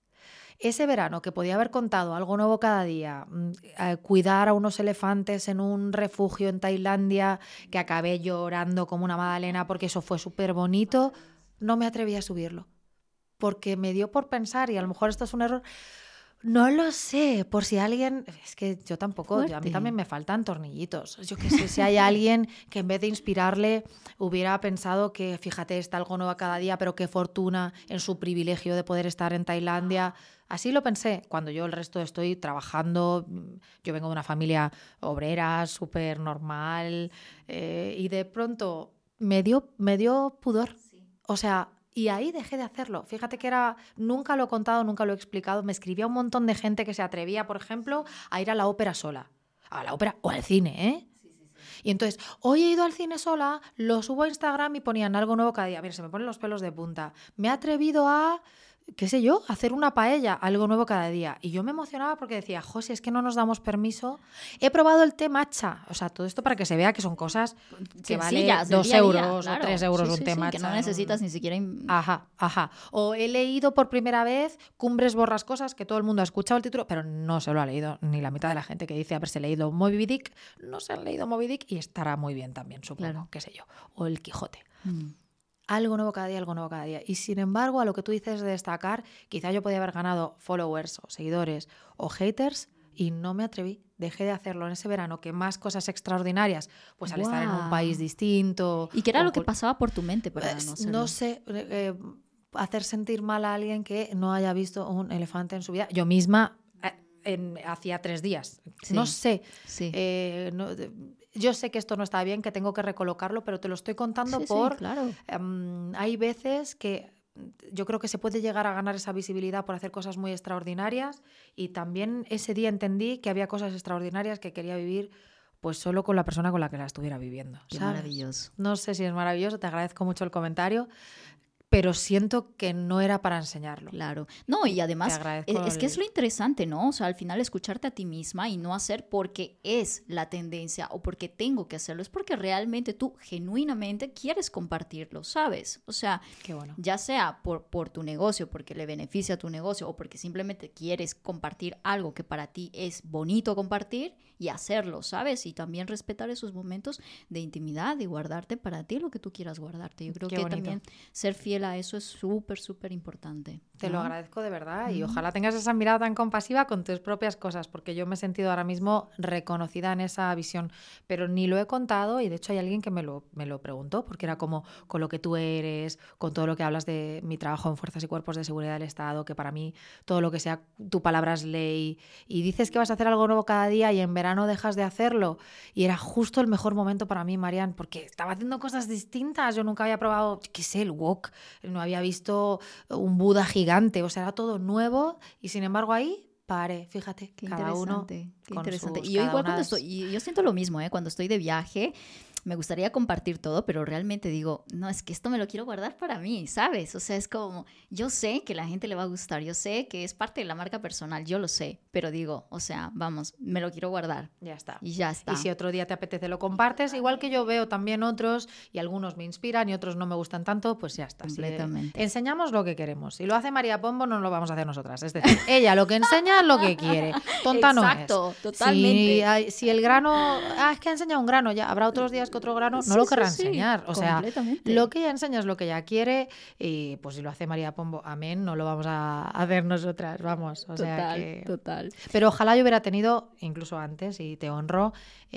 Ese verano que podía haber contado algo nuevo cada día, cuidar a unos elefantes en un refugio en Tailandia, que acabé llorando como una magdalena porque eso fue súper bonito, no me atreví a subirlo. Porque me dio por pensar, y a lo mejor esto es un error, no lo sé, por si alguien... Es que yo tampoco, a mí también me faltan tornillitos. Yo qué sé, si hay alguien que en vez de inspirarle hubiera pensado que, fíjate, está algo nuevo cada día, pero qué fortuna en su privilegio de poder estar en Tailandia. Así lo pensé, cuando yo el resto estoy trabajando. Yo vengo de una familia obrera, súper normal, y de pronto me dio pudor. O sea... Y ahí dejé de hacerlo. Fíjate que nunca lo he contado, nunca lo he explicado. Me escribía un montón de gente que se atrevía, por ejemplo, a ir a la ópera sola. A la ópera o al cine, ¿eh? Sí. Y entonces, hoy he ido al cine sola, lo subo a Instagram y ponían algo nuevo cada día. Mira, se me ponen los pelos de punta. Me he atrevido a... qué sé yo, hacer una paella, algo nuevo cada día. Y yo me emocionaba porque decía, José, es que no nos damos permiso. He probado el té matcha. O sea, todo esto para que se vea que son cosas que valen 2 euros o 3 euros un té matcha. Que no necesitas ni siquiera... Ajá. O he leído por primera vez Cumbres Borrascosas, que todo el mundo ha escuchado el título, pero no se lo ha leído ni la mitad de la gente que dice haberse leído Moby Dick. No se han leído Moby Dick y estará muy bien también, supongo, qué sé yo. O El Quijote. algo nuevo cada día, algo nuevo cada día. Y sin embargo, a lo que tú dices de destacar, quizá yo podía haber ganado followers o seguidores o haters y no me atreví. Dejé de hacerlo en ese verano, que más cosas extraordinarias, pues al estar en un país Guau. distinto. ¿Y qué era o lo que con- pasaba por tu mente para no hacerlo? no sé, hacer sentir mal a alguien que no haya visto un elefante en su vida. Yo misma, hacía 3 días. No Sí, sé. sí. Yo sé que esto no está bien, que tengo que recolocarlo, pero te lo estoy contando Sí, sí, por... claro. hay veces que yo creo que se puede llegar a ganar esa visibilidad por hacer cosas muy extraordinarias, y también ese día entendí que había cosas extraordinarias que quería vivir pues solo con la persona con la que la estuviera viviendo, Qué ¿sabes? maravilloso. No sé si es maravilloso, te agradezco mucho el comentario, pero siento que no era para enseñarlo. Claro. No, y Te además, agradezco es que es lo interesante, ¿no? O sea, al final escucharte a ti misma y no hacer porque es la tendencia o porque tengo que hacerlo, es porque realmente tú genuinamente quieres compartirlo, ¿sabes? O sea, Qué bueno. ya sea por tu negocio, porque le beneficia a tu negocio o porque simplemente quieres compartir algo que para ti es bonito compartir y hacerlo, ¿sabes? Y también respetar esos momentos de intimidad y guardarte para ti lo que tú quieras guardarte. Yo creo Qué que bonito. también ser fiel a eso es súper, súper importante. Te lo ¿no? agradezco de verdad, y ojalá tengas esa mirada tan compasiva con tus propias cosas, porque yo me he sentido ahora mismo reconocida en esa visión, pero ni lo he contado, y de hecho hay alguien que me lo preguntó, porque era como con lo que tú eres, con todo lo que hablas de mi trabajo en Fuerzas y Cuerpos de Seguridad del Estado, que para mí todo lo que sea tu palabra es ley, y dices que vas a hacer algo nuevo cada día y en verano dejas de hacerlo, y era justo el mejor momento para mí, Marian, porque estaba haciendo cosas distintas. Yo nunca había probado, qué sé, el wok, no había visto un Buda gigante, o sea, era todo nuevo, y sin embargo ahí paré, fíjate, Qué cada uno interesante, qué con interesante. sus, Y yo cada igual una cuando estoy, y yo siento lo mismo, ¿eh? Cuando estoy de viaje, me gustaría compartir todo, pero realmente digo, no, es que esto me lo quiero guardar para mí, ¿sabes? O sea, es como, yo sé que a la gente le va a gustar, yo sé que es parte de la marca personal, yo lo sé, pero digo, o sea, vamos, me lo quiero guardar ya está. y ya Y está. si otro día te apetece lo compartes, igual que yo veo también otros, y algunos me inspiran y otros no me gustan tanto, pues ya está. Completamente. Enseñamos lo que queremos. Si lo hace María Pombo, no lo vamos a hacer nosotras. Es decir, ella lo que enseña es lo que quiere. Tonta no es. Exacto, totalmente. Si el grano, es que ha enseñado un grano, ya habrá otros días que otro grano no Sí, lo sí, querrá sí, enseñar. O sea, completamente. lo que ella enseña es lo que ella quiere, y pues si lo hace María Pombo, amén, no lo vamos a hacer nosotras, vamos. O sea Total, que... total. Pero ojalá yo hubiera tenido, incluso antes, y te honro,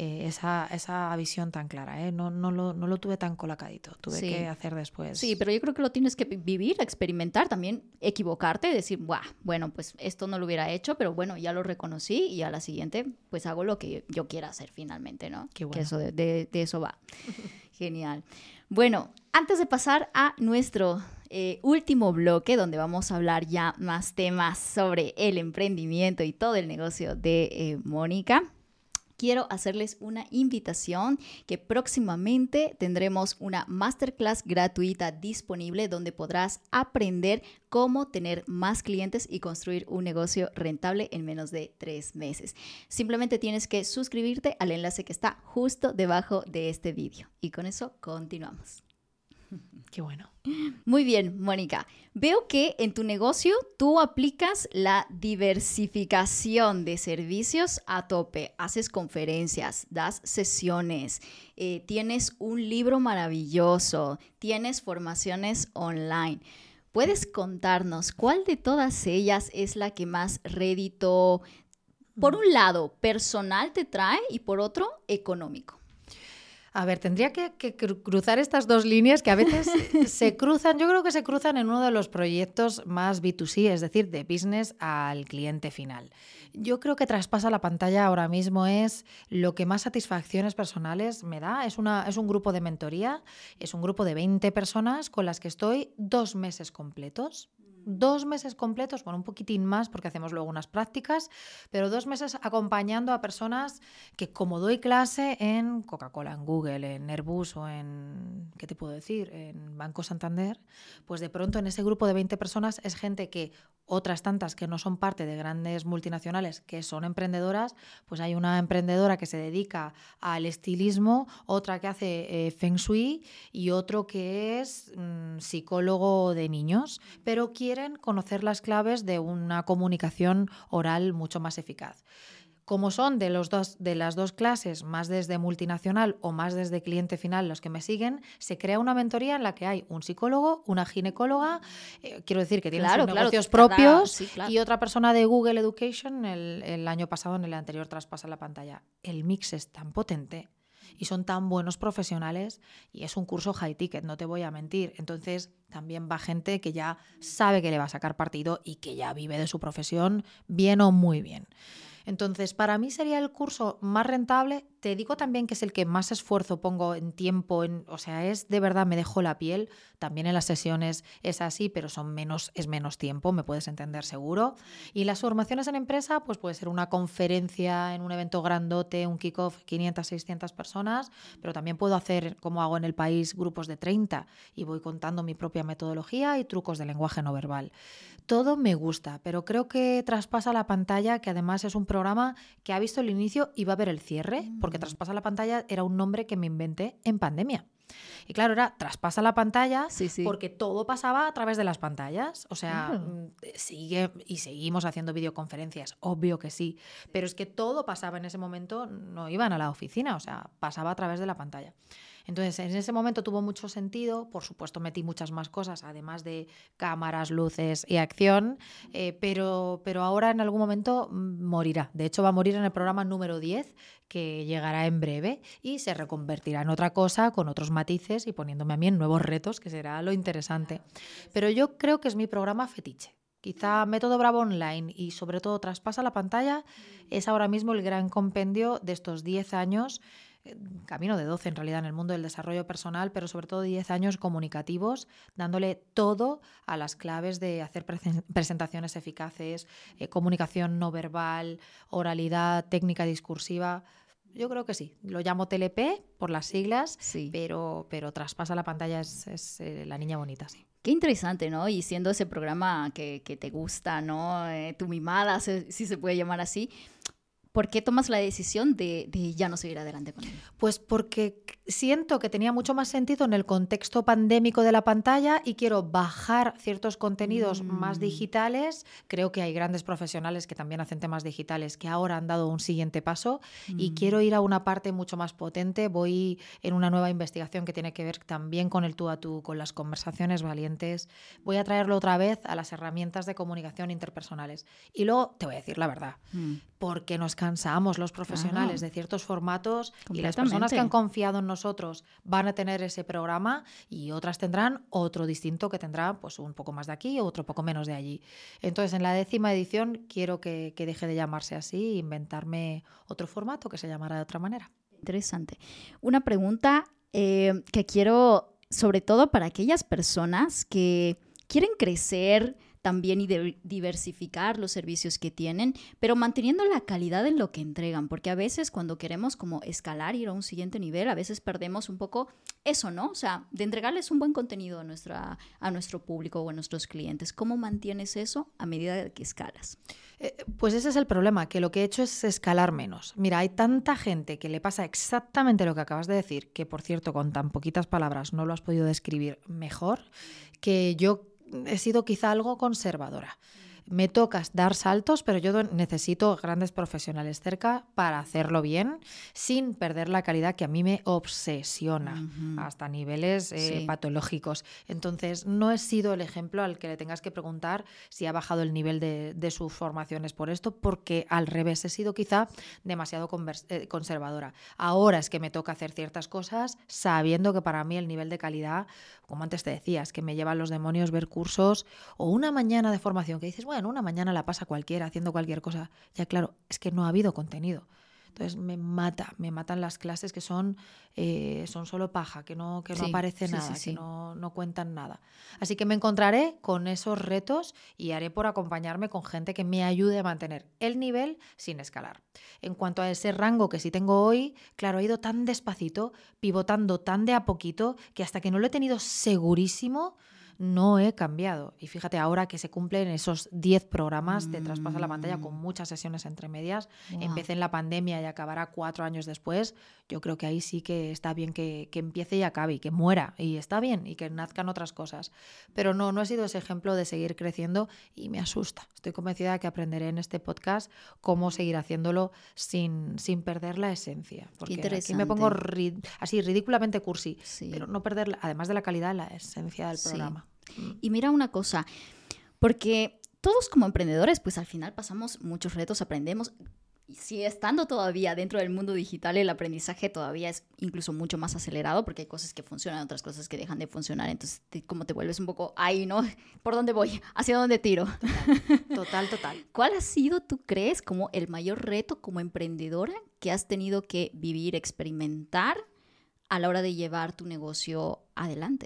esa visión tan clara, ¿eh? No lo tuve tan colocadito, tuve Sí. que hacer después. Sí, pero yo creo que lo tienes que vivir, experimentar, también equivocarte, decir, "Buah, bueno, pues esto no lo hubiera hecho, pero bueno, ya lo reconocí y a la siguiente, pues hago lo que yo quiera hacer finalmente, ¿no?" Qué bueno. Que eso de eso va. Genial. Bueno, antes de pasar a nuestro último bloque, donde vamos a hablar ya más temas sobre el emprendimiento y todo el negocio de Mónica, quiero hacerles una invitación que próximamente tendremos una masterclass gratuita disponible donde podrás aprender cómo tener más clientes y construir un negocio rentable en menos de 3 meses. Simplemente tienes que suscribirte al enlace que está justo debajo de este vídeo. Y con eso continuamos. Qué bueno. Muy bien, Mónica. Veo que en tu negocio tú aplicas la diversificación de servicios a tope. Haces conferencias, das sesiones, tienes un libro maravilloso, tienes formaciones online. ¿Puedes contarnos cuál de todas ellas es la que más rédito, por un lado, personal te trae y por otro, económico? A ver, tendría que cruzar estas dos líneas que a veces se cruzan. Yo creo que se cruzan en uno de los proyectos más B2C, es decir, de business al cliente final. Yo creo que traspasa la pantalla ahora mismo es lo que más satisfacciones personales me da. Es un grupo de mentoría, es un grupo de 20 personas con las que estoy 2 meses completos. 2 meses completos, bueno, un poquitín más porque hacemos luego unas prácticas, pero 2 meses acompañando a personas que, como doy clase en Coca-Cola, en Google, en Airbus o en, ¿qué te puedo decir?, en Banco Santander, pues de pronto en ese grupo de 20 personas es gente que, otras tantas que no son parte de grandes multinacionales, que son emprendedoras, pues hay una emprendedora que se dedica al estilismo, otra que hace Feng Shui y otro que es psicólogo de niños, pero quieren conocer las claves de una comunicación oral mucho más eficaz. Como son de las dos clases, más desde multinacional o más desde cliente final los que me siguen, se crea una mentoría en la que hay un psicólogo, una ginecóloga, quiero decir que tienen sus negocios propios, sí, claro. y otra persona de Google Education el año pasado en el anterior Traspasa la Pantalla. El mix es tan potente y son tan buenos profesionales y es un curso high ticket, no te voy a mentir. Entonces también va gente que ya sabe que le va a sacar partido y que ya vive de su profesión bien o muy bien. Entonces, para mí sería el curso más rentable. Te digo también que es el que más esfuerzo pongo en tiempo, o sea, es de verdad, me dejo la piel. También en las sesiones es así, pero es menos tiempo, me puedes entender seguro. Y las formaciones en empresa, pues puede ser una conferencia en un evento grandote, un kick-off, 500, 600 personas, pero también puedo hacer, como hago en el país, grupos de 30 y voy contando mi propia metodología y trucos de lenguaje no verbal. Todo me gusta, pero creo que Traspasa la Pantalla, que además es un programa que ha visto el inicio y va a ver el cierre, porque Traspasa la Pantalla era un nombre que me inventé en pandemia. Y claro, era Traspasa la Pantalla, Sí. porque todo pasaba a través de las pantallas. O sea, Claro. seguimos haciendo videoconferencias, obvio que sí, pero es que todo pasaba en ese momento, no iban a la oficina, o sea, pasaba a través de la pantalla. Entonces, en ese momento tuvo mucho sentido, por supuesto metí muchas más cosas, además de cámaras, luces y acción, pero ahora en algún momento morirá. De hecho, va a morir en el programa número 10, que llegará en breve y se reconvertirá en otra cosa con otros matices y poniéndome a mí en nuevos retos, que será lo interesante. Pero yo creo que es mi programa fetiche. Quizá Método Bravo Online y sobre todo Traspasa la Pantalla es ahora mismo el gran compendio de estos 10 años, camino de 12 en realidad en el mundo del desarrollo personal, pero sobre todo 10 años comunicativos, dándole todo a las claves de hacer presentaciones eficaces, comunicación no verbal, oralidad, técnica discursiva. Yo creo que sí. Lo llamo TLP por las siglas, Sí. pero Traspasa la Pantalla es la niña bonita, sí. Qué interesante, ¿no? Y siendo ese programa que te gusta, ¿no? Tu mimada, si se puede llamar así. ¿Por qué tomas la decisión de ya no seguir adelante con él? Pues porque siento que tenía mucho más sentido en el contexto pandémico de la pantalla y quiero bajar ciertos contenidos más digitales. Creo que hay grandes profesionales que también hacen temas digitales que ahora han dado un siguiente paso y quiero ir a una parte mucho más potente. Voy en una nueva investigación que tiene que ver también con el tú a tú, con las conversaciones valientes. Voy a traerlo otra vez a las herramientas de comunicación interpersonales. Y luego te voy a decir la verdad, porque nos cansamos los profesionales de ciertos formatos y las personas que han confiado en nosotros van a tener ese programa y otras tendrán otro distinto que tendrá pues un poco más de aquí o otro poco menos de allí. Entonces, en la 10ª edición quiero que deje de llamarse así e inventarme otro formato que se llamará de otra manera. Interesante. Una pregunta que quiero, sobre todo para aquellas personas que quieren crecer también y diversificar los servicios que tienen, pero manteniendo la calidad en lo que entregan, porque a veces cuando queremos como escalar, ir a un siguiente nivel, a veces perdemos un poco eso, ¿no? O sea, de entregarles un buen contenido a nuestro público o a nuestros clientes. ¿Cómo mantienes eso a medida que escalas? Pues ese es el problema, que lo que he hecho es escalar menos. Mira, hay tanta gente que le pasa exactamente lo que acabas de decir, que por cierto, con tan poquitas palabras no lo has podido describir mejor, que yo he sido quizá algo conservadora. Me toca dar saltos, pero yo necesito grandes profesionales cerca para hacerlo bien, sin perder la calidad que a mí me obsesiona hasta niveles patológicos. Entonces, no he sido el ejemplo al que le tengas que preguntar si ha bajado el nivel de sus formaciones por esto, porque al revés, he sido quizá demasiado conservadora. Ahora es que me toca hacer ciertas cosas sabiendo que para mí el nivel de calidad, como antes te decía, es que me llevan los demonios ver cursos o una mañana de formación que dices, bueno, una mañana la pasa cualquiera haciendo cualquier cosa. Ya claro, es que no ha habido contenido. Entonces me matan las clases que son solo paja, que no aparece nada, que no cuentan nada. Así que me encontraré con esos retos y haré por acompañarme con gente que me ayude a mantener el nivel sin escalar. En cuanto a ese rango que sí tengo hoy, claro, he ido tan despacito, pivotando tan de a poquito, que hasta que no lo he tenido segurísimo, no he cambiado. Y fíjate, ahora que se cumplen esos 10 programas de Traspasa la Pantalla con muchas sesiones entre medias, empecé en la pandemia y acabará 4 años después, yo creo que ahí sí que está bien que empiece y acabe y que muera. Y está bien y que nazcan otras cosas. Pero no he sido ese ejemplo de seguir creciendo y me asusta. Estoy convencida de que aprenderé en este podcast cómo seguir haciéndolo sin perder la esencia. Porque aquí me pongo así ridículamente cursi, pero no perder, además de la calidad, la esencia del programa. Y mira una cosa, porque todos como emprendedores, pues al final pasamos muchos retos, aprendemos. Si estando todavía dentro del mundo digital, el aprendizaje todavía es incluso mucho más acelerado porque hay cosas que funcionan, otras cosas que dejan de funcionar. Entonces, como te vuelves un poco ahí, ¿no? ¿Por dónde voy? ¿Hacia dónde tiro? Total. ¿Cuál ha sido, tú crees, como el mayor reto como emprendedora que has tenido que vivir, experimentar a la hora de llevar tu negocio adelante?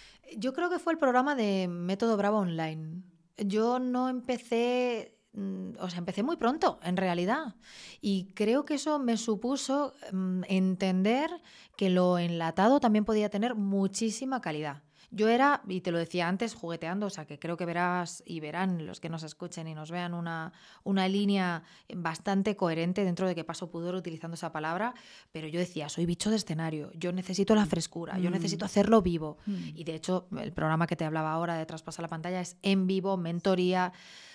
Yo creo que fue el programa de Método Bravo Online. Yo no empecé... empecé muy pronto, en realidad. Y creo que eso me supuso entender que lo enlatado también podía tener muchísima calidad. Yo era, y te lo decía antes, jugueteando, o sea que creo que verás y verán los que nos escuchen y nos vean una línea bastante coherente dentro de que paso pudor utilizando esa palabra, pero yo decía, soy bicho de escenario, yo necesito la frescura, yo necesito hacerlo vivo. Y de hecho, el programa que te hablaba ahora de Traspasa la Pantalla es en vivo, mentoría.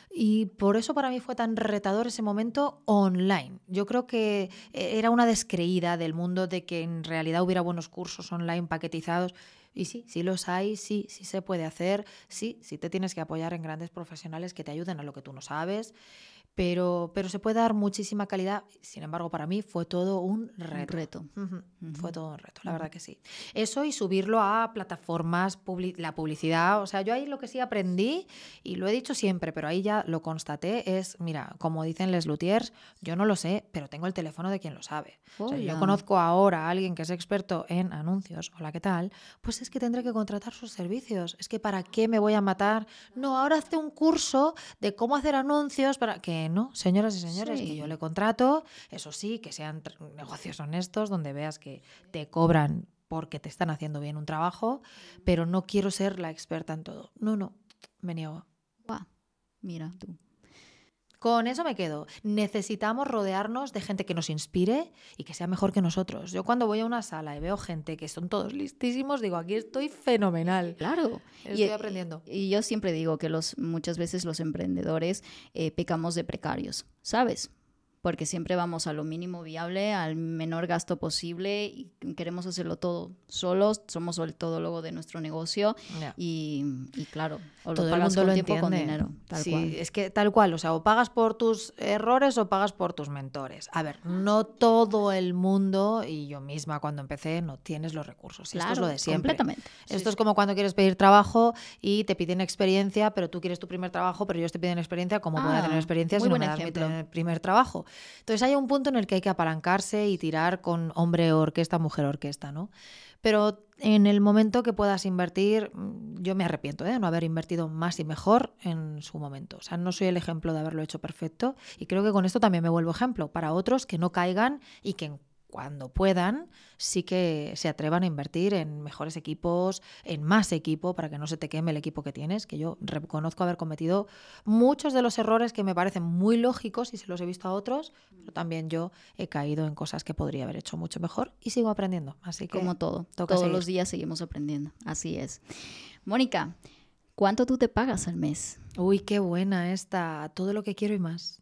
Y por eso para mí fue tan retador ese momento online. Yo creo que era una descreída del mundo de que en realidad hubiera buenos cursos online paquetizados. Y sí los hay, sí se puede hacer, sí te tienes que apoyar en grandes profesionales que te ayuden a lo que tú no sabes. Pero se puede dar muchísima calidad. Sin embargo, para mí fue todo un reto. Fue todo un reto, la verdad que sí. Eso y subirlo a plataformas, la publicidad. O sea, yo ahí lo que sí aprendí, y lo he dicho siempre, pero ahí ya lo constaté, es, mira, como dicen les luthiers, yo no lo sé, pero tengo el teléfono de quien lo sabe. O sea, yo conozco ahora a alguien que es experto en anuncios, hola, ¿qué tal? Pues es que tendré que contratar sus servicios. Es que ¿para qué me voy a matar? No, ahora hace un curso de cómo hacer anuncios para que no, señoras y señores, que yo le contrato, eso sí, que sean negocios honestos, donde veas que te cobran porque te están haciendo bien un trabajo, pero no quiero ser la experta en todo. No, me niego. Mira tú. Con eso me quedo. Necesitamos rodearnos de gente que nos inspire y que sea mejor que nosotros. Yo cuando voy a una sala y veo gente que son todos listísimos, digo, aquí estoy fenomenal. Claro. Estoy aprendiendo. Y yo siempre digo que muchas veces los emprendedores pecamos de precarios, ¿sabes? Porque siempre vamos a lo mínimo viable, al menor gasto posible y queremos hacerlo todo solos, somos el todólogo de nuestro negocio y claro, o todo lo pagas el mundo con lo tiempo o con entiende. dinero, tal cual. Es que tal cual, o sea, o pagas por tus errores o pagas por tus mentores. A ver, no todo el mundo, y yo misma cuando empecé, no tienes los recursos. Claro, esto es lo de siempre. Completamente. Esto es como cuando quieres pedir trabajo y te piden experiencia, pero tú quieres tu primer trabajo, pero ellos te piden experiencia. ¿Cómo voy a tener experiencia si no me das mi primer trabajo? Entonces hay un punto en el que hay que apalancarse y tirar con hombre orquesta, mujer orquesta, ¿no? Pero en el momento que puedas invertir, yo me arrepiento de no haber invertido más y mejor en su momento. O sea, no soy el ejemplo de haberlo hecho perfecto y creo que con esto también me vuelvo ejemplo para otros que no caigan y que cuando puedan sí que se atrevan a invertir en mejores equipos, en más equipo, para que no se te queme el equipo que tienes, que yo reconozco haber cometido muchos de los errores que me parecen muy lógicos y se los he visto a otros, pero también yo he caído en cosas que podría haber hecho mucho mejor y sigo aprendiendo. Así que como todo, todos los días seguimos aprendiendo, así es. Mónica, ¿cuánto tú te pagas al mes? Uy, qué buena esta, todo lo que quiero y más.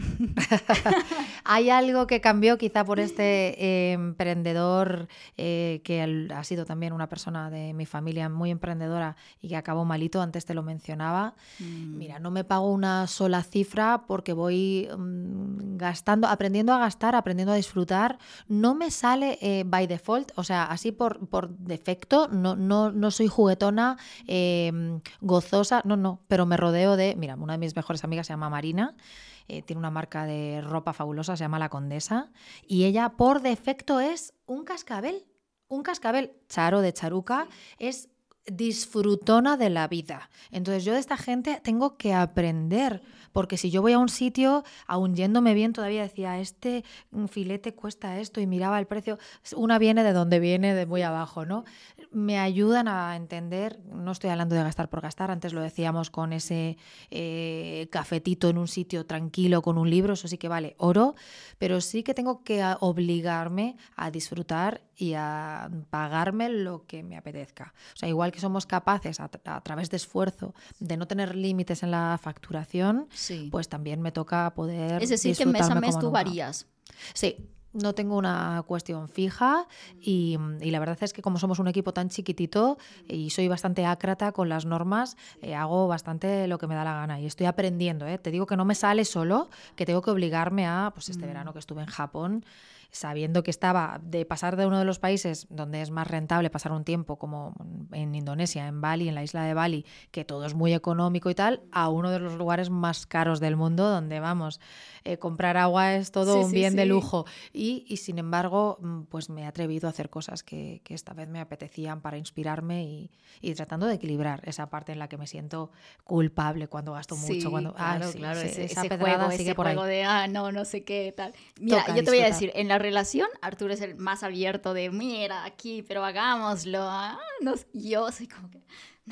Hay algo que cambió quizá por este emprendedor que ha sido también una persona de mi familia muy emprendedora y que acabó malito, antes te lo mencionaba. Mira, no me pago una sola cifra porque voy gastando, aprendiendo a gastar, aprendiendo a disfrutar. No me sale by default, o sea, así por defecto, no soy juguetona, gozosa, no, pero me rodeo de, mira, una de mis mejores amigas se llama Marina. Tiene una marca de ropa fabulosa, se llama La Condesa, y ella por defecto es un cascabel. Charo de Charuca es disfrutona de la vida. Entonces yo de esta gente tengo que aprender, porque si yo voy a un sitio, aún yéndome bien, todavía decía, este filete cuesta esto y miraba el precio. Una viene de donde viene, de muy abajo, ¿no? Me ayudan a entender, no estoy hablando de gastar por gastar, antes lo decíamos con ese cafetito en un sitio tranquilo con un libro, eso sí que vale oro, pero sí que tengo que obligarme a disfrutar y a pagarme lo que me apetezca. O sea, igual que somos capaces a través de esfuerzo de no tener límites en la facturación, Sí. pues también me toca poder Es decir, que mes a disfrutarme mes como tú nunca. varías. Sí, no tengo una cuestión fija y la verdad es que como somos un equipo tan chiquitito y soy bastante ácrata con las normas, hago bastante lo que me da la gana y estoy aprendiendo, ¿eh? Te digo que no me sale solo, que tengo que obligarme a, pues este verano que estuve en Japón, sabiendo que estaba de pasar de uno de los países donde es más rentable pasar un tiempo, como en Indonesia, en Bali, en la isla de Bali, que todo es muy económico y tal, a uno de los lugares más caros del mundo, donde vamos, comprar agua es todo Sí, un sí, bien de sí. lujo. Y sin embargo, pues me he atrevido a hacer cosas que esta vez me apetecían para inspirarme y tratando de equilibrar esa parte en la que me siento culpable cuando gasto mucho, Sí, cuando, ay, claro, sí, claro, esa ese pedrada juego, sigue ese por ahí. juego de, no sé qué, tal. Mira, Toca yo te voy a disfrutar. decir, en la relación, Arturo es el más abierto de, mira, aquí, pero hagámoslo. No, yo soy como que,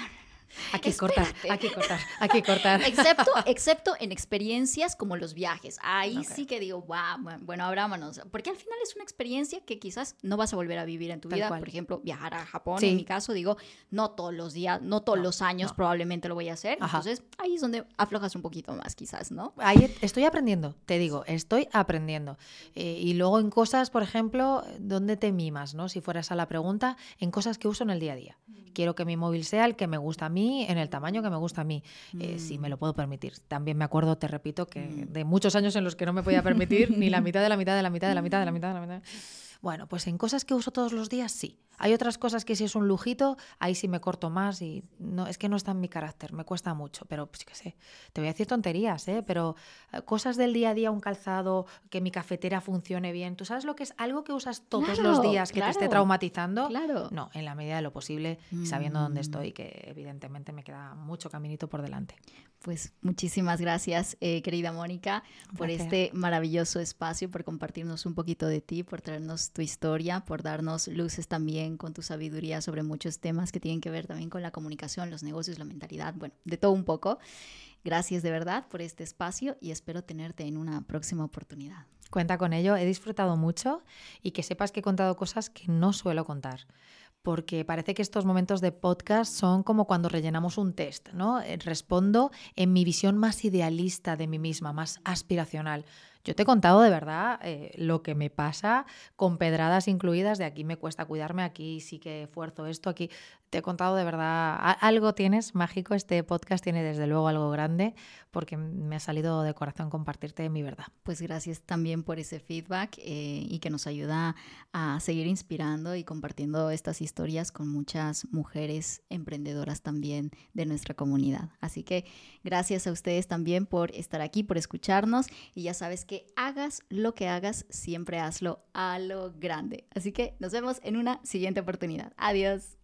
Aquí cortar, espérate. aquí cortar, aquí cortar. Excepto en experiencias como los viajes. Ahí Ok, sí que digo, wow, bueno, abrámonos. Porque al final es una experiencia que quizás no vas a volver a vivir en tu tal vida. cual. Por ejemplo, viajar a Japón, en mi Sí, caso, digo, no todos los días, no todos no, los años no. probablemente lo voy a hacer. Ajá. Entonces, ahí es donde aflojas un poquito más, quizás, ¿no? Ahí estoy aprendiendo, te digo, estoy aprendiendo. Y luego en cosas, por ejemplo, ¿dónde te mimas, no? Si fuera esa la pregunta, en cosas que uso en el día a día. Quiero que mi móvil sea el que me gusta a mí, en el tamaño que me gusta a mí, si me lo puedo permitir. También me acuerdo, te repito, que de muchos años en los que no me podía permitir ni la mitad de la mitad de la mitad de la mitad de la mitad de la mitad. Bueno, pues en cosas que uso todos los días, sí. Hay otras cosas que si es un lujito, ahí sí me corto más y no, es que no está en mi carácter, me cuesta mucho, pero pues qué sé, te voy a decir tonterías, pero cosas del día a día, un calzado, que mi cafetera funcione bien, ¿tú sabes lo que es algo que usas todos los Claro, días que te esté claro, traumatizando? claro. No, en la medida de lo posible, sabiendo dónde estoy, que evidentemente me queda mucho caminito por delante. Pues muchísimas gracias, querida Mónica, por Gracias. este maravilloso espacio, por compartirnos un poquito de ti, por traernos tu historia, por darnos luces también con tu sabiduría sobre muchos temas que tienen que ver también con la comunicación, los negocios, la mentalidad, bueno, de todo un poco. Gracias de verdad por este espacio y espero tenerte en una próxima oportunidad. Cuenta con ello, he disfrutado mucho y que sepas que he contado cosas que no suelo contar. Porque parece que estos momentos de podcast son como cuando rellenamos un test, ¿no? Respondo en mi visión más idealista de mí misma, más aspiracional. Yo te he contado de verdad lo que me pasa, con pedradas incluidas, de aquí me cuesta cuidarme, aquí sí que esfuerzo esto, aquí te he contado de verdad, algo tienes mágico, este podcast tiene desde luego algo grande, porque me ha salido de corazón compartirte mi verdad. Pues gracias también por ese feedback y que nos ayuda a seguir inspirando y compartiendo estas historias con muchas mujeres emprendedoras también de nuestra comunidad. Así que gracias a ustedes también por estar aquí, por escucharnos y ya sabes que hagas lo que hagas, siempre hazlo a lo grande. Así que nos vemos en una siguiente oportunidad. Adiós.